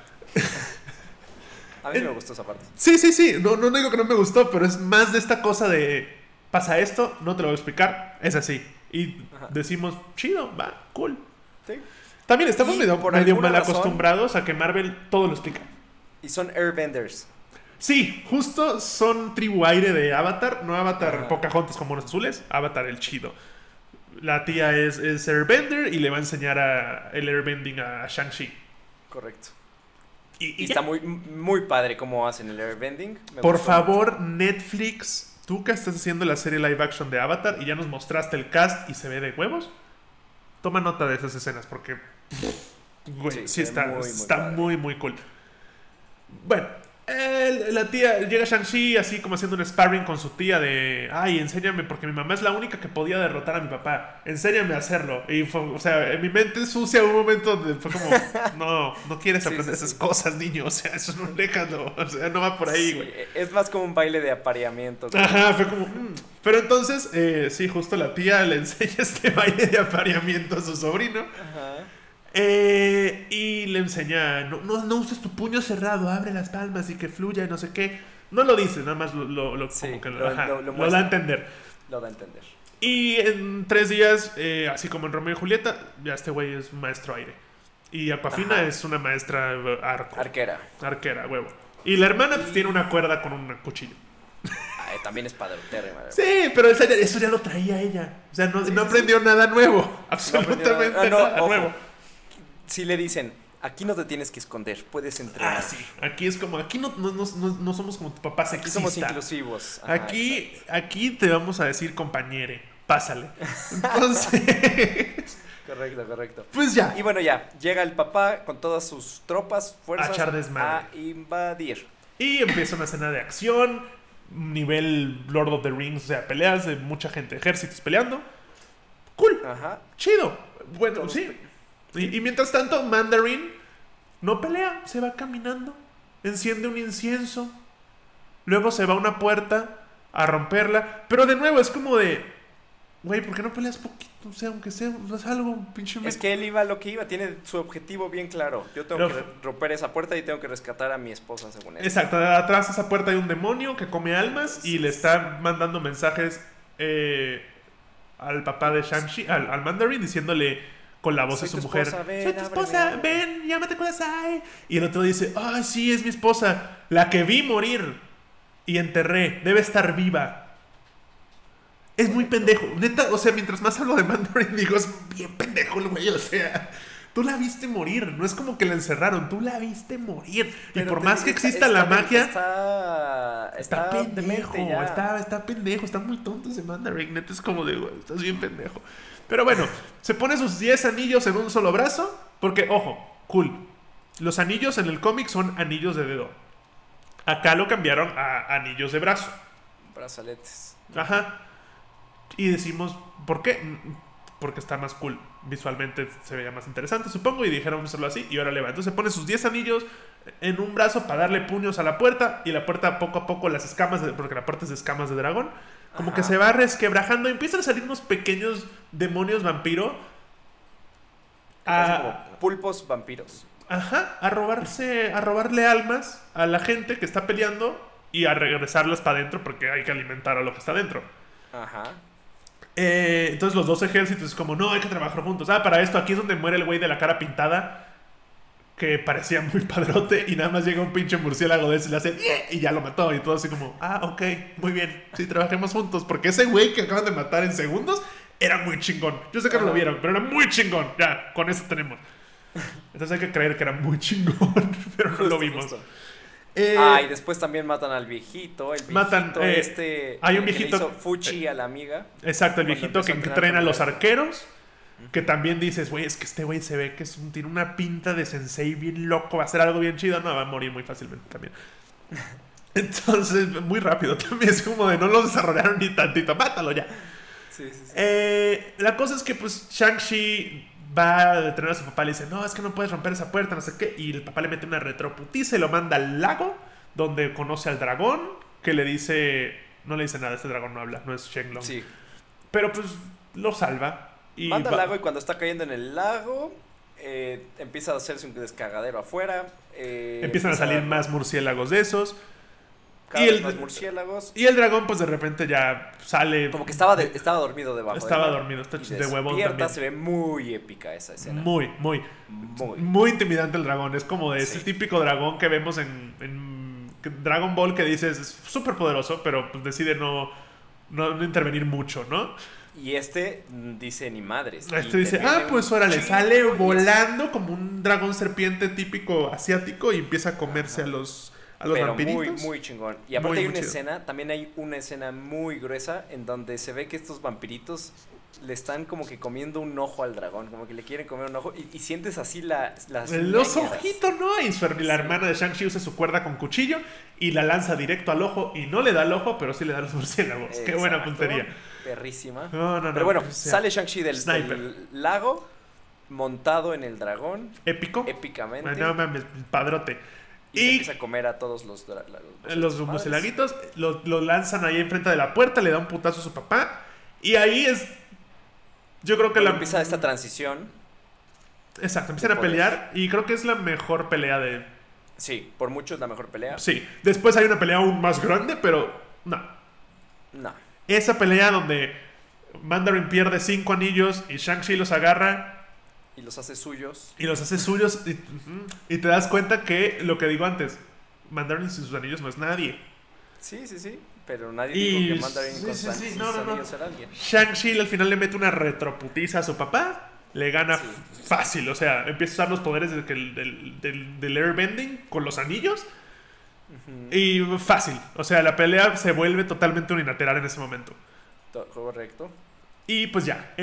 Speaker 1: A mí me gustó esa parte.
Speaker 2: Sí. No digo que no me gustó, pero es más de esta cosa de pasa esto, no te lo voy a explicar, es así. Y decimos, chido, va, cool.
Speaker 1: Sí.
Speaker 2: También estamos medio mal acostumbrados a que Marvel todo lo explica.
Speaker 1: Y son airbenders.
Speaker 2: Sí, justo son tribu aire de Avatar, no Avatar Pocahontas con monos azules, Avatar el chido. La tía es airbender y le va a enseñar el airbending a Shang-Chi.
Speaker 1: Correcto. Y está muy, muy padre cómo hacen el airbending.
Speaker 2: Por favor, mucho. Netflix, tú que estás haciendo la serie live action de Avatar y ya nos mostraste el cast y se ve de huevos, toma nota de esas escenas porque güey, sí está muy, muy cool. Bueno, la tía llega Shang-Chi así como haciendo un sparring con su tía de ay, enséñame, porque mi mamá es la única que podía derrotar a mi papá, enséñame a hacerlo. Y fue, o sea, en mi mente sucia un momento fue como no quieres aprender esas cosas, niño, o sea, eso no, déjalo, o sea, no va por ahí, güey.
Speaker 1: Es más como un baile de apareamiento.
Speaker 2: Ajá, fue como pero entonces, sí, justo la tía le enseña este baile de apareamiento a su sobrino. Ajá. Y le enseña, no uses tu puño cerrado, abre las palmas y que fluya y no sé qué. No lo dice, nada más lo como que lo da a entender.
Speaker 1: Lo da a entender.
Speaker 2: Y en 3 días, así como en Romeo y Julieta, ya este güey es maestro aire. Y Aquafina es una maestra arquera, huevo. Y la hermana pues tiene una cuerda con un cuchillo.
Speaker 1: También es padroterre, madre.
Speaker 2: Sí, pero eso ya lo traía ella. O sea, no aprendió nada nuevo. Absolutamente nada nuevo.
Speaker 1: Si le dicen, aquí no te tienes que esconder, puedes entrenar.
Speaker 2: Ah, sí. Aquí es como, aquí no somos como tu papá sexista.
Speaker 1: Aquí somos inclusivos. Ajá,
Speaker 2: aquí te vamos a decir compañere, pásale. Entonces...
Speaker 1: Correcto.
Speaker 2: Pues ya.
Speaker 1: Y bueno, ya, llega el papá con todas sus tropas, fuerzas
Speaker 2: a echar desmadre,
Speaker 1: a invadir.
Speaker 2: Y empieza una escena de acción, nivel Lord of the Rings, o sea, peleas de mucha gente, ejércitos peleando. Cool.
Speaker 1: Ajá.
Speaker 2: Chido. Bueno, sí. Y mientras tanto, Mandarin no pelea, se va caminando, enciende un incienso, luego se va a una puerta a romperla, pero de nuevo es como de, güey, ¿por qué no peleas poquito? O sea, aunque sea algo, pinche...
Speaker 1: Es que él iba a lo que iba, tiene su objetivo bien claro. Yo tengo que romper esa puerta y tengo que rescatar a mi esposa, según él.
Speaker 2: Exacto, atrás de esa puerta hay un demonio que come almas y le está mandando mensajes al papá de Shang-Chi, al Mandarin, diciéndole... con la voz de su mujer, soy tu esposa, ven, llámate Kudasai. Y el otro dice, ay, sí, es mi esposa, la que vi morir y enterré, debe estar viva. Es muy pendejo, neta, o sea, mientras más hablo de Mandarin digo, es bien pendejo el güey, o sea, tú la viste morir, no es como que la encerraron, tú la viste morir. Pero y por más que exista la magia, está pendejo, está pendejo, está muy tonto ese Mandarin, neta, es como de, güey, estás bien pendejo. Pero bueno, se pone sus 10 anillos en un solo brazo. Porque, ojo, cool. Los anillos en el cómic son anillos de dedo. Acá lo cambiaron a anillos de brazo.
Speaker 1: Brazaletes.
Speaker 2: Ajá. Y decimos, ¿por qué? Porque está más cool. Visualmente se veía más interesante, supongo. Y dijeron, vamos a hacerlo así. Y ahora le va. Entonces se pone sus 10 anillos en un brazo para darle puños a la puerta. Y la puerta poco a poco, las escamas, porque la puerta es de escamas de dragón. Como que se va resquebrajando y empiezan a salir unos pequeños demonios vampiro.
Speaker 1: Como pulpos vampiros.
Speaker 2: Ajá, a robarle almas a la gente que está peleando y a regresarlas para adentro porque hay que alimentar a lo que está adentro.
Speaker 1: Ajá.
Speaker 2: Entonces los dos ejércitos es como, no, hay que trabajar juntos. Para esto aquí es donde muere el güey de la cara pintada. que parecía muy padrote y nada más llega un pinche murciélago de ese y le hace y ya lo mató y todo así como, ok, muy bien, sí, trabajemos juntos, porque ese güey que acaban de matar en segundos era muy chingón. Yo sé que no lo vieron, pero era muy chingón. Ya, con eso tenemos. Entonces hay que creer que era muy chingón, pero no lo vimos.
Speaker 1: Y después también matan al viejito. El viejito
Speaker 2: matan, hay un viejito
Speaker 1: que le hizo Fuchi a la amiga.
Speaker 2: Exacto, el viejito que entrena a los arqueros. Que también dices, güey, es que este güey se ve que tiene una pinta de sensei bien loco, va a hacer algo bien chido. No, va a morir muy fácilmente también. Entonces, muy rápido también. Es como de no lo desarrollaron ni tantito. Mátalo ya.
Speaker 1: Sí.
Speaker 2: La cosa es que, pues, Shang-Chi va a detener a su papá. Le dice, no, es que no puedes romper esa puerta, no sé qué. Y el papá le mete una retroputiza y lo manda al lago, donde conoce al dragón, que le dice... No le dice nada, este dragón no habla, no es Shenlong.
Speaker 1: Sí.
Speaker 2: Pero, pues, lo salva.
Speaker 1: Manda al lago y cuando está cayendo en el lago, empieza a hacerse un descagadero afuera.
Speaker 2: Empiezan a salir más murciélagos de esos.
Speaker 1: Cada vez más murciélagos.
Speaker 2: Y el dragón, pues de repente ya sale.
Speaker 1: Como que estaba dormido debajo.
Speaker 2: Estaba dormido, está de huevón también.
Speaker 1: Se ve muy épica esa escena.
Speaker 2: Muy intimidante el dragón. Es como de ese típico dragón que vemos en Dragon Ball que dices es súper poderoso, pero pues decide no intervenir mucho, ¿no?
Speaker 1: Y dice ni madres.
Speaker 2: Dice, pues órale, sale volando como un dragón serpiente típico asiático y empieza a comerse a los vampiritos.
Speaker 1: Muy chingón. Y aparte también hay una escena muy gruesa en donde se ve que estos vampiritos le están como que comiendo un ojo al dragón, como que le quieren comer un ojo y sientes así
Speaker 2: los ojitos, ¿no? Y la hermana de Shang-Chi usa su cuerda con cuchillo y la lanza directo al ojo y no le da el ojo, pero sí le da a los murciélagos. Exacto. Qué buena puntería.
Speaker 1: Perrísima.
Speaker 2: No.
Speaker 1: Pero bueno, sale Shang-Chi del lago montado en el dragón. Épicamente.
Speaker 2: No mames, padrote.
Speaker 1: Y se empieza a comer a todos los
Speaker 2: murciélaguitos. Lo lanzan ahí enfrente de la puerta, le da un putazo a su papá. Y ahí es... Yo creo que
Speaker 1: empieza esta transición.
Speaker 2: Exacto, empiezan a pelear y creo que es la mejor pelea de...
Speaker 1: Sí, por mucho es la mejor pelea.
Speaker 2: Sí, después hay una pelea aún más grande, pero no. Esa pelea donde Mandarin pierde 5 anillos y Shang-Chi los agarra...
Speaker 1: Y los hace suyos.
Speaker 2: Y te das cuenta que lo que digo antes, Mandarin sin sus anillos no es nadie.
Speaker 1: Sí. Pero nadie dijo que Mandarin con sus anillos era alguien.
Speaker 2: Shang-Chi al final le mete una retroputiza a su papá. Le gana fácil. O sea, empieza a usar los poderes del airbending con los anillos. Y fácil. O sea, la pelea se vuelve totalmente unilateral en ese momento.
Speaker 1: Correcto.
Speaker 2: Y pues ya,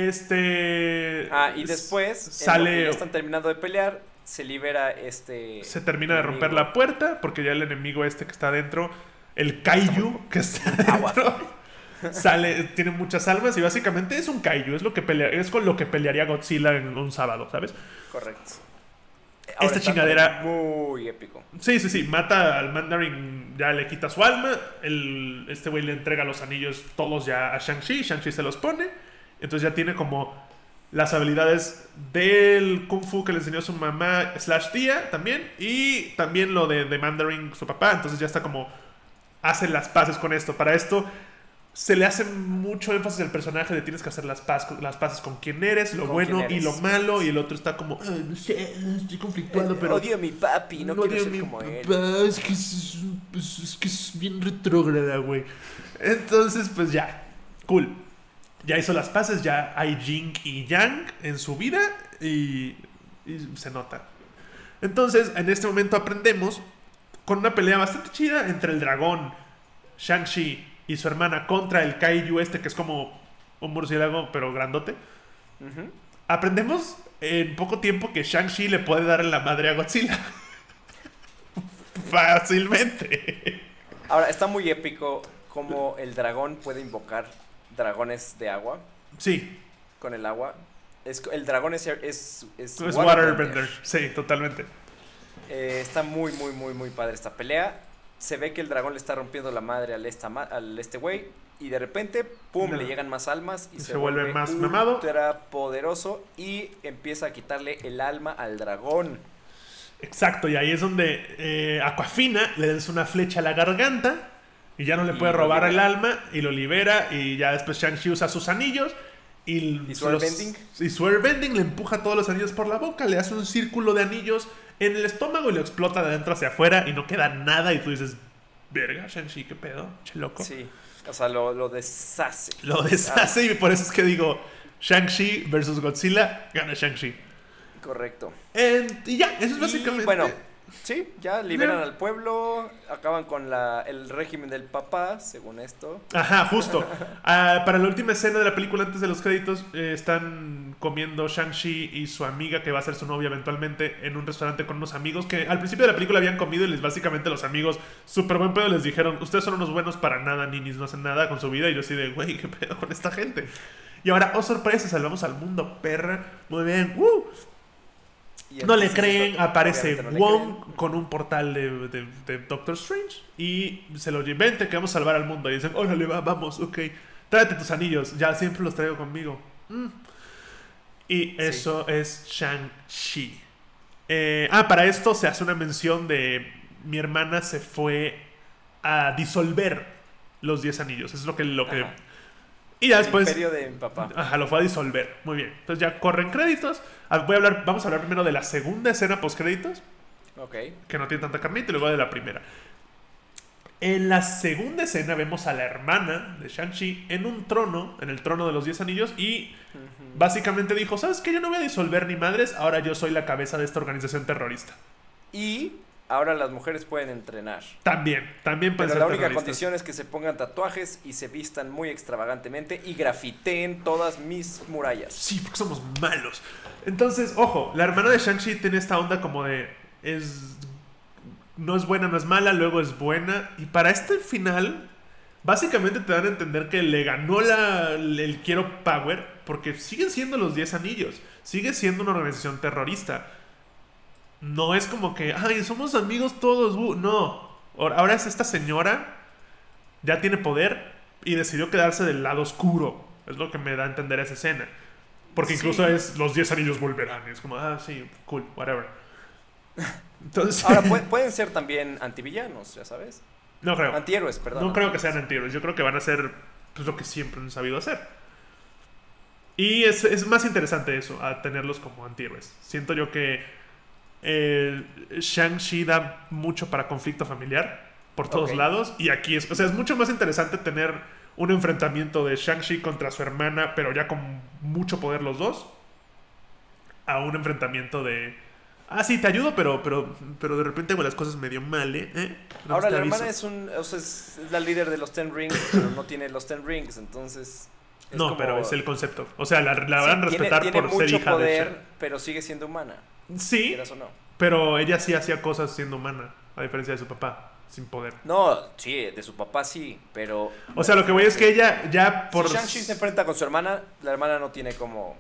Speaker 1: y después,
Speaker 2: sale...
Speaker 1: ya están terminando de pelear, se libera
Speaker 2: Se termina de romper la puerta, porque ya el enemigo que está adentro, el Kaiju que está adentro, tiene muchas almas y básicamente es un Kaiju, es con lo que pelearía Godzilla en un sábado, ¿sabes?
Speaker 1: Correcto.
Speaker 2: Esta chingadera...
Speaker 1: Muy épico.
Speaker 2: Sí, mata al Mandarin, ya le quita su alma, este güey le entrega los anillos todos ya a Shang-Chi se los pone... Entonces ya tiene como las habilidades del Kung Fu que le enseñó su mamá / tía también. Y también lo de Mandarin, su papá. Entonces ya está como... Hace las paces con esto. Para esto se le hace mucho énfasis al personaje de tienes que hacer las paces con quién eres, lo bueno y lo malo. Y el otro está como... no sé, estoy conflictuado, pero...
Speaker 1: Odio a mi papi, no quiero ser como él.
Speaker 2: Es que es bien retrógrada, güey. Entonces, pues ya. Cool. Ya hizo las paces, ya hay Yin y Yang en su vida y se nota. Entonces, en este momento aprendemos con una pelea bastante chida entre el dragón, Shang-Chi y su hermana contra el Kaiju que es como un murciélago pero grandote. Aprendemos en poco tiempo que Shang-Chi le puede dar en la madre a Godzilla. Fácilmente.
Speaker 1: Ahora, está muy épico cómo el dragón puede invocar dragones de agua.
Speaker 2: Sí.
Speaker 1: Con el agua. El dragón es
Speaker 2: waterbender. Sí, totalmente.
Speaker 1: Está muy padre esta pelea. Se ve que el dragón le está rompiendo la madre al güey. Y de repente, ¡pum! Le llegan más almas. Y se vuelve
Speaker 2: más mamado.
Speaker 1: Ultra poderoso. Y empieza a quitarle el alma al dragón.
Speaker 2: Exacto. Y ahí es donde Aquafina le da una flecha a la garganta. Y ya no le puede robar el alma y lo libera. Y ya después Shang-Chi usa sus anillos.
Speaker 1: ¿Y Swearbending?
Speaker 2: Y Swearbending le empuja todos los anillos por la boca, le hace un círculo de anillos en el estómago y lo explota de adentro hacia afuera y no queda nada. Y tú dices, verga, Shang-Chi, ¿qué pedo? Che loco.
Speaker 1: Sí, o sea, lo deshace.
Speaker 2: Lo deshace y por eso es que digo, Shang-Chi versus Godzilla, gana Shang-Chi.
Speaker 1: Correcto.
Speaker 2: Y ya, eso es básicamente...
Speaker 1: Y bueno, sí, ya liberan al pueblo, acaban con el régimen del papá, según esto.
Speaker 2: Ajá, justo. Para la última escena de la película, antes de los créditos, están comiendo Shang-Chi y su amiga, que va a ser su novia eventualmente, en un restaurante con unos amigos que al principio de la película habían comido y básicamente los amigos, súper buen pedo, les dijeron, ustedes son unos buenos para nada, ninis, no hacen nada con su vida. Y yo así de, güey, ¿qué pedo con esta gente? Y ahora, oh sorpresa, salvamos al mundo, perra. Muy bien. No le creen, aparece
Speaker 1: no
Speaker 2: Wong con un portal de Doctor Strange y se lo llevan, vente que vamos a salvar al mundo. Y dicen, órale, vamos, ok, tráete tus anillos, ya siempre los traigo conmigo. Y eso es Shang-Chi. Para esto se hace una mención de mi hermana se fue a disolver los 10 anillos. Eso es lo que y ya después...
Speaker 1: El imperio de mi papá.
Speaker 2: Ajá, lo fue a disolver. Muy bien. Entonces ya corren créditos. Vamos a hablar primero de la segunda escena post créditos.
Speaker 1: Ok.
Speaker 2: Que no tiene tanta carnita y luego de la primera. En la segunda escena vemos a la hermana de Shang-Chi en un trono, en el trono de los 10 anillos. Y básicamente dijo, ¿sabes qué? Yo no voy a disolver ni madres. Ahora yo soy la cabeza de esta organización terrorista.
Speaker 1: Y... ahora las mujeres pueden entrenar.
Speaker 2: También pueden
Speaker 1: Pero
Speaker 2: ser
Speaker 1: la única
Speaker 2: terroristas.
Speaker 1: condición es que se pongan tatuajes y se vistan muy extravagantemente y grafiteen todas mis murallas.
Speaker 2: Sí, porque somos malos. Entonces, ojo, la hermana de Shang-Chi tiene esta onda como de... no es buena, no es mala, luego es buena. Y para este final, básicamente te dan a entender que le ganó el quiero power, porque siguen siendo los 10 anillos. Sigue siendo una organización terrorista. No es como que, ay, somos amigos todos. No. Ahora es esta señora, ya tiene poder y decidió quedarse del lado oscuro. Es lo que me da a entender esa escena. Porque incluso es los 10 anillos volverán. Y es como, sí, cool, whatever. Entonces...
Speaker 1: ahora pueden ser también antivillanos, ya sabes.
Speaker 2: No creo.
Speaker 1: Antihéroes, perdón.
Speaker 2: No creo que sean antihéroes. Yo creo que van a ser pues, lo que siempre han sabido hacer. Y es más interesante eso, a tenerlos como antihéroes. Siento yo que Shang-Chi da mucho para conflicto familiar por todos lados. Y aquí es mucho más interesante tener un enfrentamiento de Shang-Chi contra su hermana, pero ya con mucho poder los dos, a un enfrentamiento de sí, te ayudo, pero de repente hago las cosas medio mal,
Speaker 1: Ahora la hermana es la líder de los Ten Rings, pero no tiene los Ten Rings, entonces...
Speaker 2: No, pero es el concepto. O sea, la van a respetar
Speaker 1: tiene
Speaker 2: por ser hija
Speaker 1: poder,
Speaker 2: de Shang.
Speaker 1: pero sigue siendo humana.
Speaker 2: Sí,
Speaker 1: ¿Quieras o no?
Speaker 2: pero ella sí hacía cosas siendo humana, a diferencia de su papá, sin poder.
Speaker 1: No, sí, de su papá sí, pero...
Speaker 2: O sea, lo que voy es que ella ya por...
Speaker 1: Si Shang-Chi se enfrenta con su hermana, la hermana no tiene como...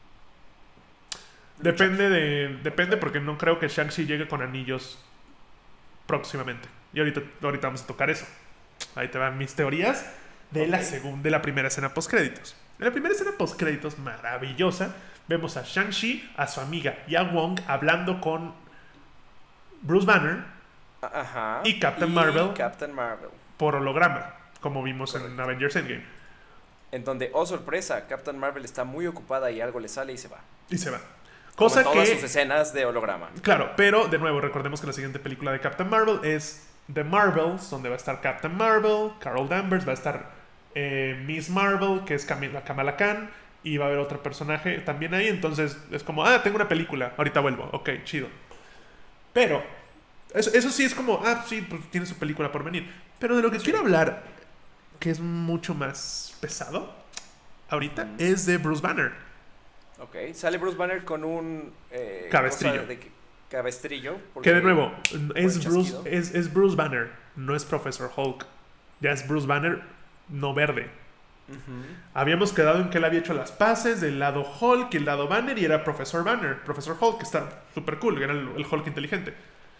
Speaker 2: Depende porque no creo que Shang-Chi llegue con anillos próximamente. Y ahorita vamos a tocar eso. Ahí te van mis teorías de la primera escena postcréditos. En la primera escena postcréditos maravillosa, vemos a Shang-Chi, a su amiga y a Wong hablando con Bruce Banner y Captain Marvel por holograma, como vimos en Avengers Endgame.
Speaker 1: En donde, oh sorpresa, Captain Marvel está muy ocupada y algo le sale y se va.
Speaker 2: Cosa
Speaker 1: como en todas sus escenas de holograma.
Speaker 2: Claro, pero de nuevo, recordemos que la siguiente película de Captain Marvel es The Marvels, donde va a estar Captain Marvel, Carol Danvers, va a estar Miss Marvel, que es Kamala Khan, y va a haber otro personaje también ahí. Entonces es como, tengo una película, ahorita vuelvo, ok, chido. Pero eso sí es como, sí, pues tiene su película por venir. Pero de lo que quiero hablar, que es mucho más pesado ahorita, es de Bruce Banner.
Speaker 1: Ok, sale Bruce Banner con un...
Speaker 2: cabestrillo.
Speaker 1: Cabestrillo.
Speaker 2: Que de nuevo, es Bruce Banner, no es Professor Hulk. Ya es Bruce Banner, no verde. Habíamos quedado en que él había hecho las paces del lado Hulk y el lado Banner, y era Professor Banner, Professor Hulk, que está súper cool, era el Hulk inteligente.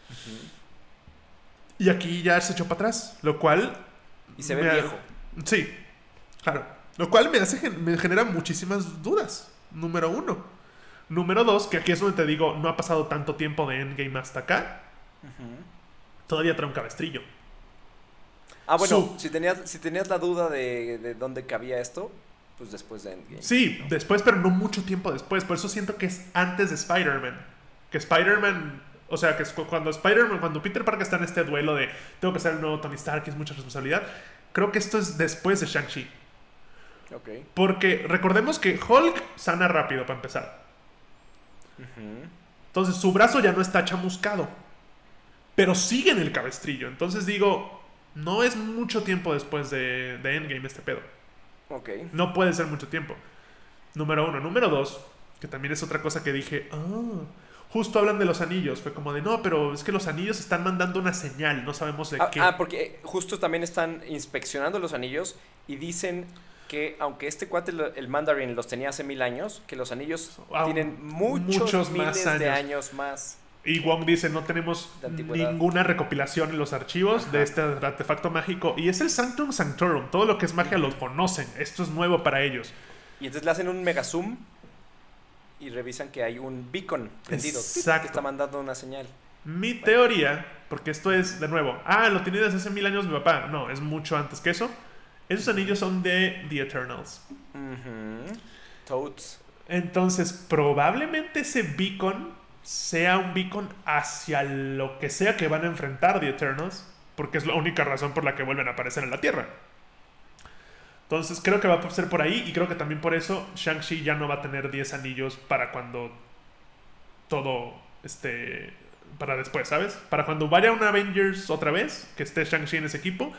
Speaker 2: Y aquí ya se echó para atrás, lo cual...
Speaker 1: Y se ve viejo.
Speaker 2: Sí, claro. Lo cual me genera muchísimas dudas. Número 1. Número 2, que aquí es donde te digo, no ha pasado tanto tiempo de Endgame hasta acá. Todavía trae un cabestrillo.
Speaker 1: Bueno, si tenías la duda de dónde cabía esto, pues después de Endgame.
Speaker 2: Sí, después, pero no mucho tiempo después. Por eso siento que es antes de Spider-Man. Que Spider-Man, o sea, que es cuando Peter Parker está en este duelo de tengo que ser el nuevo Tony Stark, que es mucha responsabilidad. Creo que esto es después de Shang-Chi.
Speaker 1: Ok.
Speaker 2: Porque recordemos que Hulk sana rápido para empezar.
Speaker 1: Ujú.
Speaker 2: Entonces su brazo ya no está chamuscado. Pero sigue en el cabestrillo. Entonces digo, no es mucho tiempo después de Endgame este pedo.
Speaker 1: Ok.
Speaker 2: No puede ser mucho tiempo. Número 1. Número 2, que también es otra cosa que dije, justo hablan de los anillos. Fue como de, no, pero es que los anillos están mandando una señal, no sabemos de qué.
Speaker 1: Porque justo también están inspeccionando los anillos y dicen que aunque este cuate, el Mandarin, los tenía hace 1000 años, que los anillos tienen muchos miles
Speaker 2: más
Speaker 1: de años más.
Speaker 2: Y Wong dice, no tenemos ninguna recopilación en los archivos de este artefacto mágico. Y es el Sanctum Sanctorum. Todo lo que es magia lo conocen. Esto es nuevo para ellos.
Speaker 1: Y entonces le hacen un mega zoom y revisan que hay un beacon prendido.
Speaker 2: Exacto.
Speaker 1: Que está mandando una señal.
Speaker 2: Mi teoría, porque esto es, de nuevo, lo tenía desde hace 1000 años mi papá. No, es mucho antes que eso. Esos anillos son de The Eternals.
Speaker 1: Toads.
Speaker 2: Entonces, probablemente ese beacon sea un beacon hacia lo que sea que van a enfrentar The Eternals, porque es la única razón por la que vuelven a aparecer en la Tierra. Entonces creo que va a ser por ahí, y creo que también por eso Shang-Chi ya no va a tener 10 anillos para cuando todo para después, ¿sabes? Para cuando vaya un Avengers otra vez, que esté Shang-Chi en ese equipo,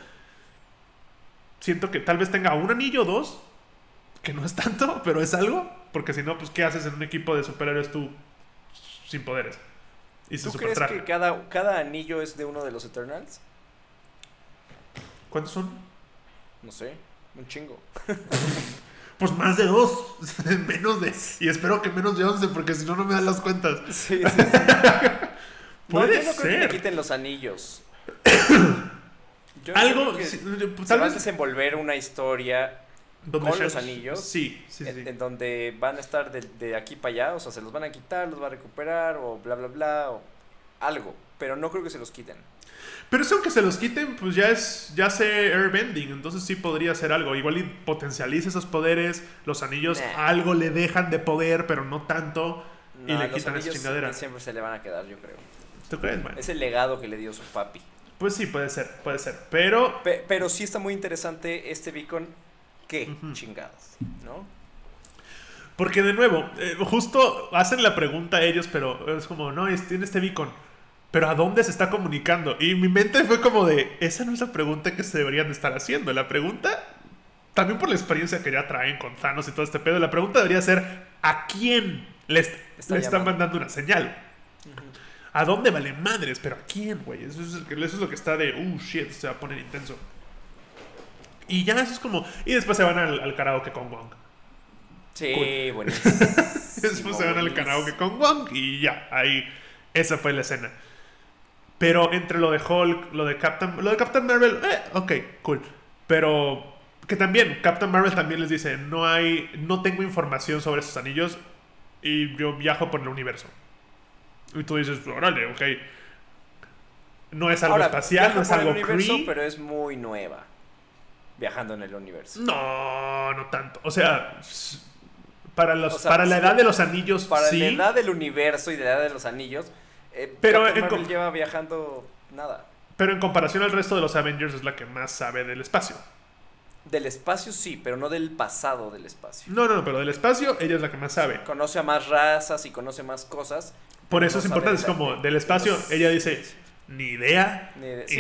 Speaker 2: siento que tal vez tenga un anillo o dos, que no es tanto, pero es algo, porque si no, pues ¿qué haces en un equipo de superhéroes tú sin poderes? Y
Speaker 1: ¿Tú crees que cada anillo es de uno de los Eternals?
Speaker 2: ¿Cuántos son?
Speaker 1: No sé, un chingo.
Speaker 2: Pues más de 2. Menos de... Y espero que menos de 11, porque si no, no me dan las cuentas.
Speaker 1: Sí.
Speaker 2: Puede
Speaker 1: yo no
Speaker 2: ser.
Speaker 1: creo que le quiten los anillos.
Speaker 2: Algo...
Speaker 1: se va a desenvolver una historia con los anillos.
Speaker 2: Sí.
Speaker 1: En donde van a estar de aquí para allá. O sea, se los van a quitar, los va a recuperar, o bla, bla, bla, o algo. Pero no creo que se los quiten.
Speaker 2: Pero eso, aunque se los quiten, pues ya sé airbending. Entonces sí podría ser algo. Igual y potencializa esos poderes. Los anillos algo le dejan de poder, pero no tanto. Y le quitan esa chingadera.
Speaker 1: Siempre se le van a quedar, yo creo.
Speaker 2: ¿Tú crees, man?
Speaker 1: Es el legado que le dio su papi.
Speaker 2: Pues sí, puede ser. Pero
Speaker 1: sí está muy interesante este beacon. ¿Qué chingados? ¿No?
Speaker 2: Porque de nuevo, justo hacen la pregunta a ellos, pero es como, no, tiene este beacon. Pero ¿a dónde se está comunicando? Y mi mente fue como de, esa no es la pregunta que se deberían de estar haciendo. La pregunta, también por la experiencia que ya traen con Thanos y todo este pedo, la pregunta debería ser, ¿a quién le están mandando una señal? ¿A dónde vale madres? ¿Pero a quién, güey? Eso es lo que está de, shit, se va a poner intenso. Y ya eso es como... Y después se van al karaoke con Wong.
Speaker 1: Sí,
Speaker 2: cool.
Speaker 1: Buenísimo.
Speaker 2: Después se van al karaoke con Wong y ya, ahí... Esa fue la escena. Pero entre lo de Hulk, lo de Captain Marvel, ok, cool. Pero que también, Captain Marvel también les dice, no tengo información sobre esos anillos y yo viajo por el universo. Y tú dices, órale, ok. No es algo espacial, no es algo Kree.
Speaker 1: Pero es muy nueva. Viajando en el universo.
Speaker 2: No tanto. O sea, para la edad de los anillos,
Speaker 1: para
Speaker 2: sí.
Speaker 1: La edad del universo y de la edad de los anillos,
Speaker 2: pero
Speaker 1: Marvel lleva viajando nada.
Speaker 2: Pero en comparación al resto de los Avengers es la que más sabe del espacio.
Speaker 1: Del espacio sí, pero no del pasado del espacio.
Speaker 2: No, pero del espacio ella es la que más sabe.
Speaker 1: Conoce a más razas y conoce más cosas.
Speaker 2: Por eso es importante, es como del espacio, ella dice, ni idea.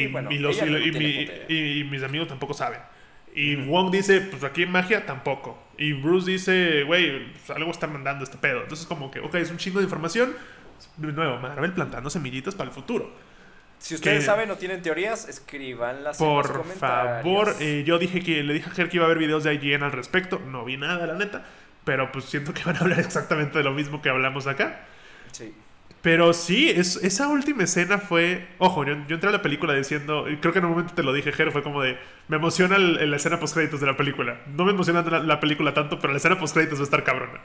Speaker 2: Y mis amigos tampoco saben. Y Wong dice, pues aquí en magia tampoco. Y Bruce dice, güey, pues algo está mandando este pedo. Entonces como que, ok, es un chingo de información. De nuevo, Marvel plantando semillitas para el futuro.
Speaker 1: Si ustedes saben o tienen teorías, escríbanlas en los comentarios.
Speaker 2: Por favor, yo le dije a Ger que iba a haber videos de IGN al respecto. No vi nada, la neta. Pero pues siento que van a hablar exactamente de lo mismo que hablamos acá.
Speaker 1: Sí.
Speaker 2: Pero sí, esa última escena fue... Ojo, yo entré a la película diciendo... Y creo que en un momento te lo dije, Ger, fue como de... Me emociona la escena post-créditos de la película. No me emociona la película tanto, pero la escena post-créditos va a estar cabrona.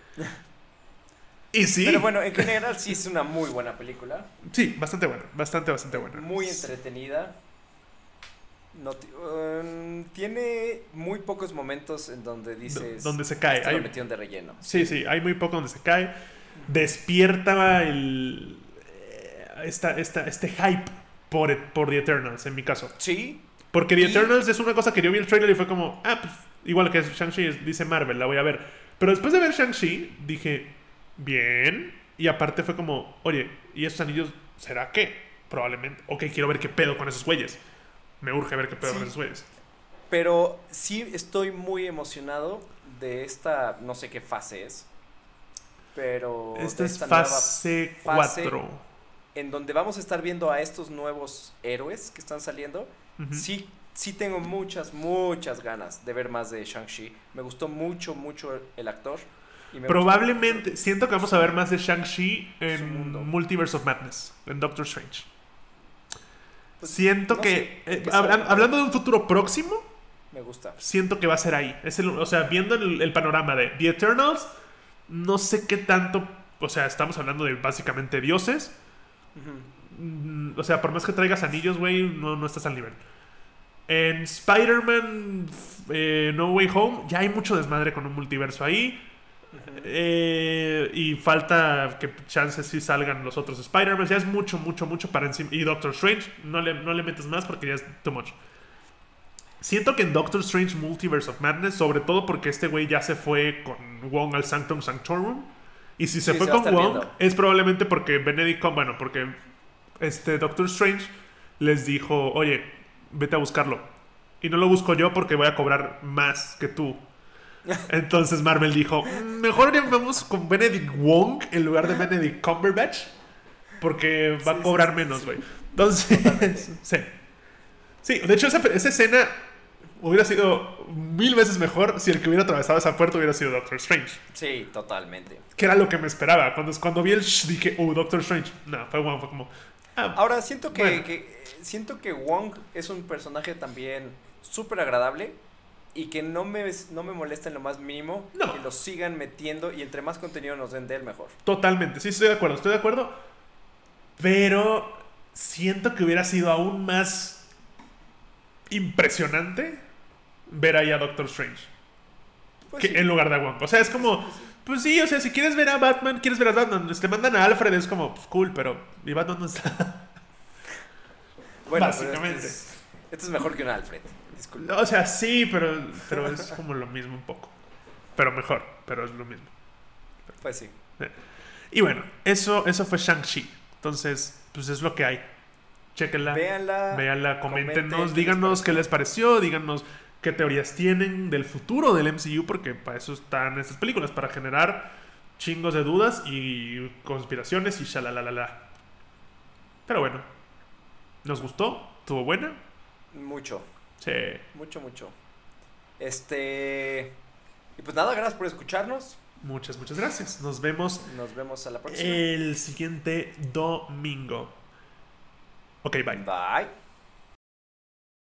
Speaker 2: Y sí.
Speaker 1: Pero bueno, en general sí es una muy buena película.
Speaker 2: Sí, bastante buena. Bastante buena.
Speaker 1: Muy entretenida. No, tiene muy pocos momentos en donde dices...
Speaker 2: Donde se cae.
Speaker 1: Lo metieron de relleno.
Speaker 2: Sí, hay muy poco donde se cae. Despierta este hype por The Eternals, en mi caso.
Speaker 1: Sí.
Speaker 2: Porque The Eternals es una cosa que yo vi el trailer y fue como, pues igual que Shang-Chi dice Marvel, la voy a ver. Pero después de ver Shang-Chi, dije, bien. Y aparte fue como, oye, ¿y esos anillos será qué? Probablemente. Ok, quiero ver qué pedo con esos güeyes. Me urge ver qué pedo con esos güeyes.
Speaker 1: Pero sí estoy muy emocionado de esta, no sé qué fase es. Pero
Speaker 2: esta es fase 4.
Speaker 1: En donde vamos a estar viendo a estos nuevos héroes que están saliendo.
Speaker 2: Uh-huh.
Speaker 1: Sí tengo muchas ganas de ver más de Shang-Chi. Me gustó mucho el actor.
Speaker 2: Probablemente, siento que vamos a ver más de Shang-Chi en Multiverse of Madness, en Doctor Strange. Pues siento que, hablando de un futuro próximo,
Speaker 1: me gusta.
Speaker 2: Siento que va a ser ahí. O sea, viendo el panorama de The Eternals, no sé qué tanto, o sea, estamos hablando de básicamente dioses. Uh-huh. O sea, por más que traigas anillos, güey, no estás al nivel. En Spider-Man No Way Home ya hay mucho desmadre con un multiverso ahí. Uh-huh. Y falta que chances sí salgan los otros Spider-Man. Ya es mucho para encima. Y Doctor Strange, no le metes más porque ya es too much. Siento que en Doctor Strange Multiverse of Madness, sobre todo porque este güey ya se fue con Wong al Sanctum Sanctorum. Y si se fue con Wong, viendo. Es probablemente porque porque Doctor Strange les dijo, oye, vete a buscarlo. Y no lo busco yo porque voy a cobrar más que tú. Entonces Marvel dijo, mejor vamos con Benedict Wong en lugar de Benedict Cumberbatch, porque va a cobrar menos, güey. Entonces, sí, de hecho esa escena hubiera sido 1000 veces mejor si el que hubiera atravesado esa puerta hubiera sido Doctor Strange.
Speaker 1: Sí, totalmente.
Speaker 2: Que era lo que me esperaba. Cuando vi el dije, Doctor Strange. No, fue Wong, fue como...
Speaker 1: Ahora, siento que Wong es un personaje también súper agradable y que no me molesta en lo más mínimo que lo sigan metiendo y entre más contenido nos den de él, mejor.
Speaker 2: Totalmente, sí, estoy de acuerdo. Pero siento que hubiera sido aún más impresionante ver ahí a Doctor Strange en lugar de a Wong. O sea, es como... Pues sí, o sea, si quieres ver a Batman, te mandan a Alfred, es como, pues cool, pero mi Batman no está.
Speaker 1: Bueno,
Speaker 2: básicamente.
Speaker 1: Esto es mejor que un Alfred, disculpa.
Speaker 2: O sea, sí, pero es como lo mismo un poco. Pero mejor, pero es lo mismo.
Speaker 1: Pues sí.
Speaker 2: Y bueno, eso fue Shang-Chi. Entonces, pues es lo que hay. Chéquenla. Véanla, coméntenos, díganos qué les pareció, díganos qué teorías tienen del futuro del MCU, porque para eso están estas películas, para generar chingos de dudas y conspiraciones y shalalala. Pero bueno, nos gustó, estuvo buena.
Speaker 1: Mucho.
Speaker 2: Sí.
Speaker 1: Mucho. Y pues nada, gracias por escucharnos.
Speaker 2: Muchas gracias. Nos vemos
Speaker 1: a la próxima.
Speaker 2: El siguiente domingo. Ok, bye.
Speaker 1: Bye.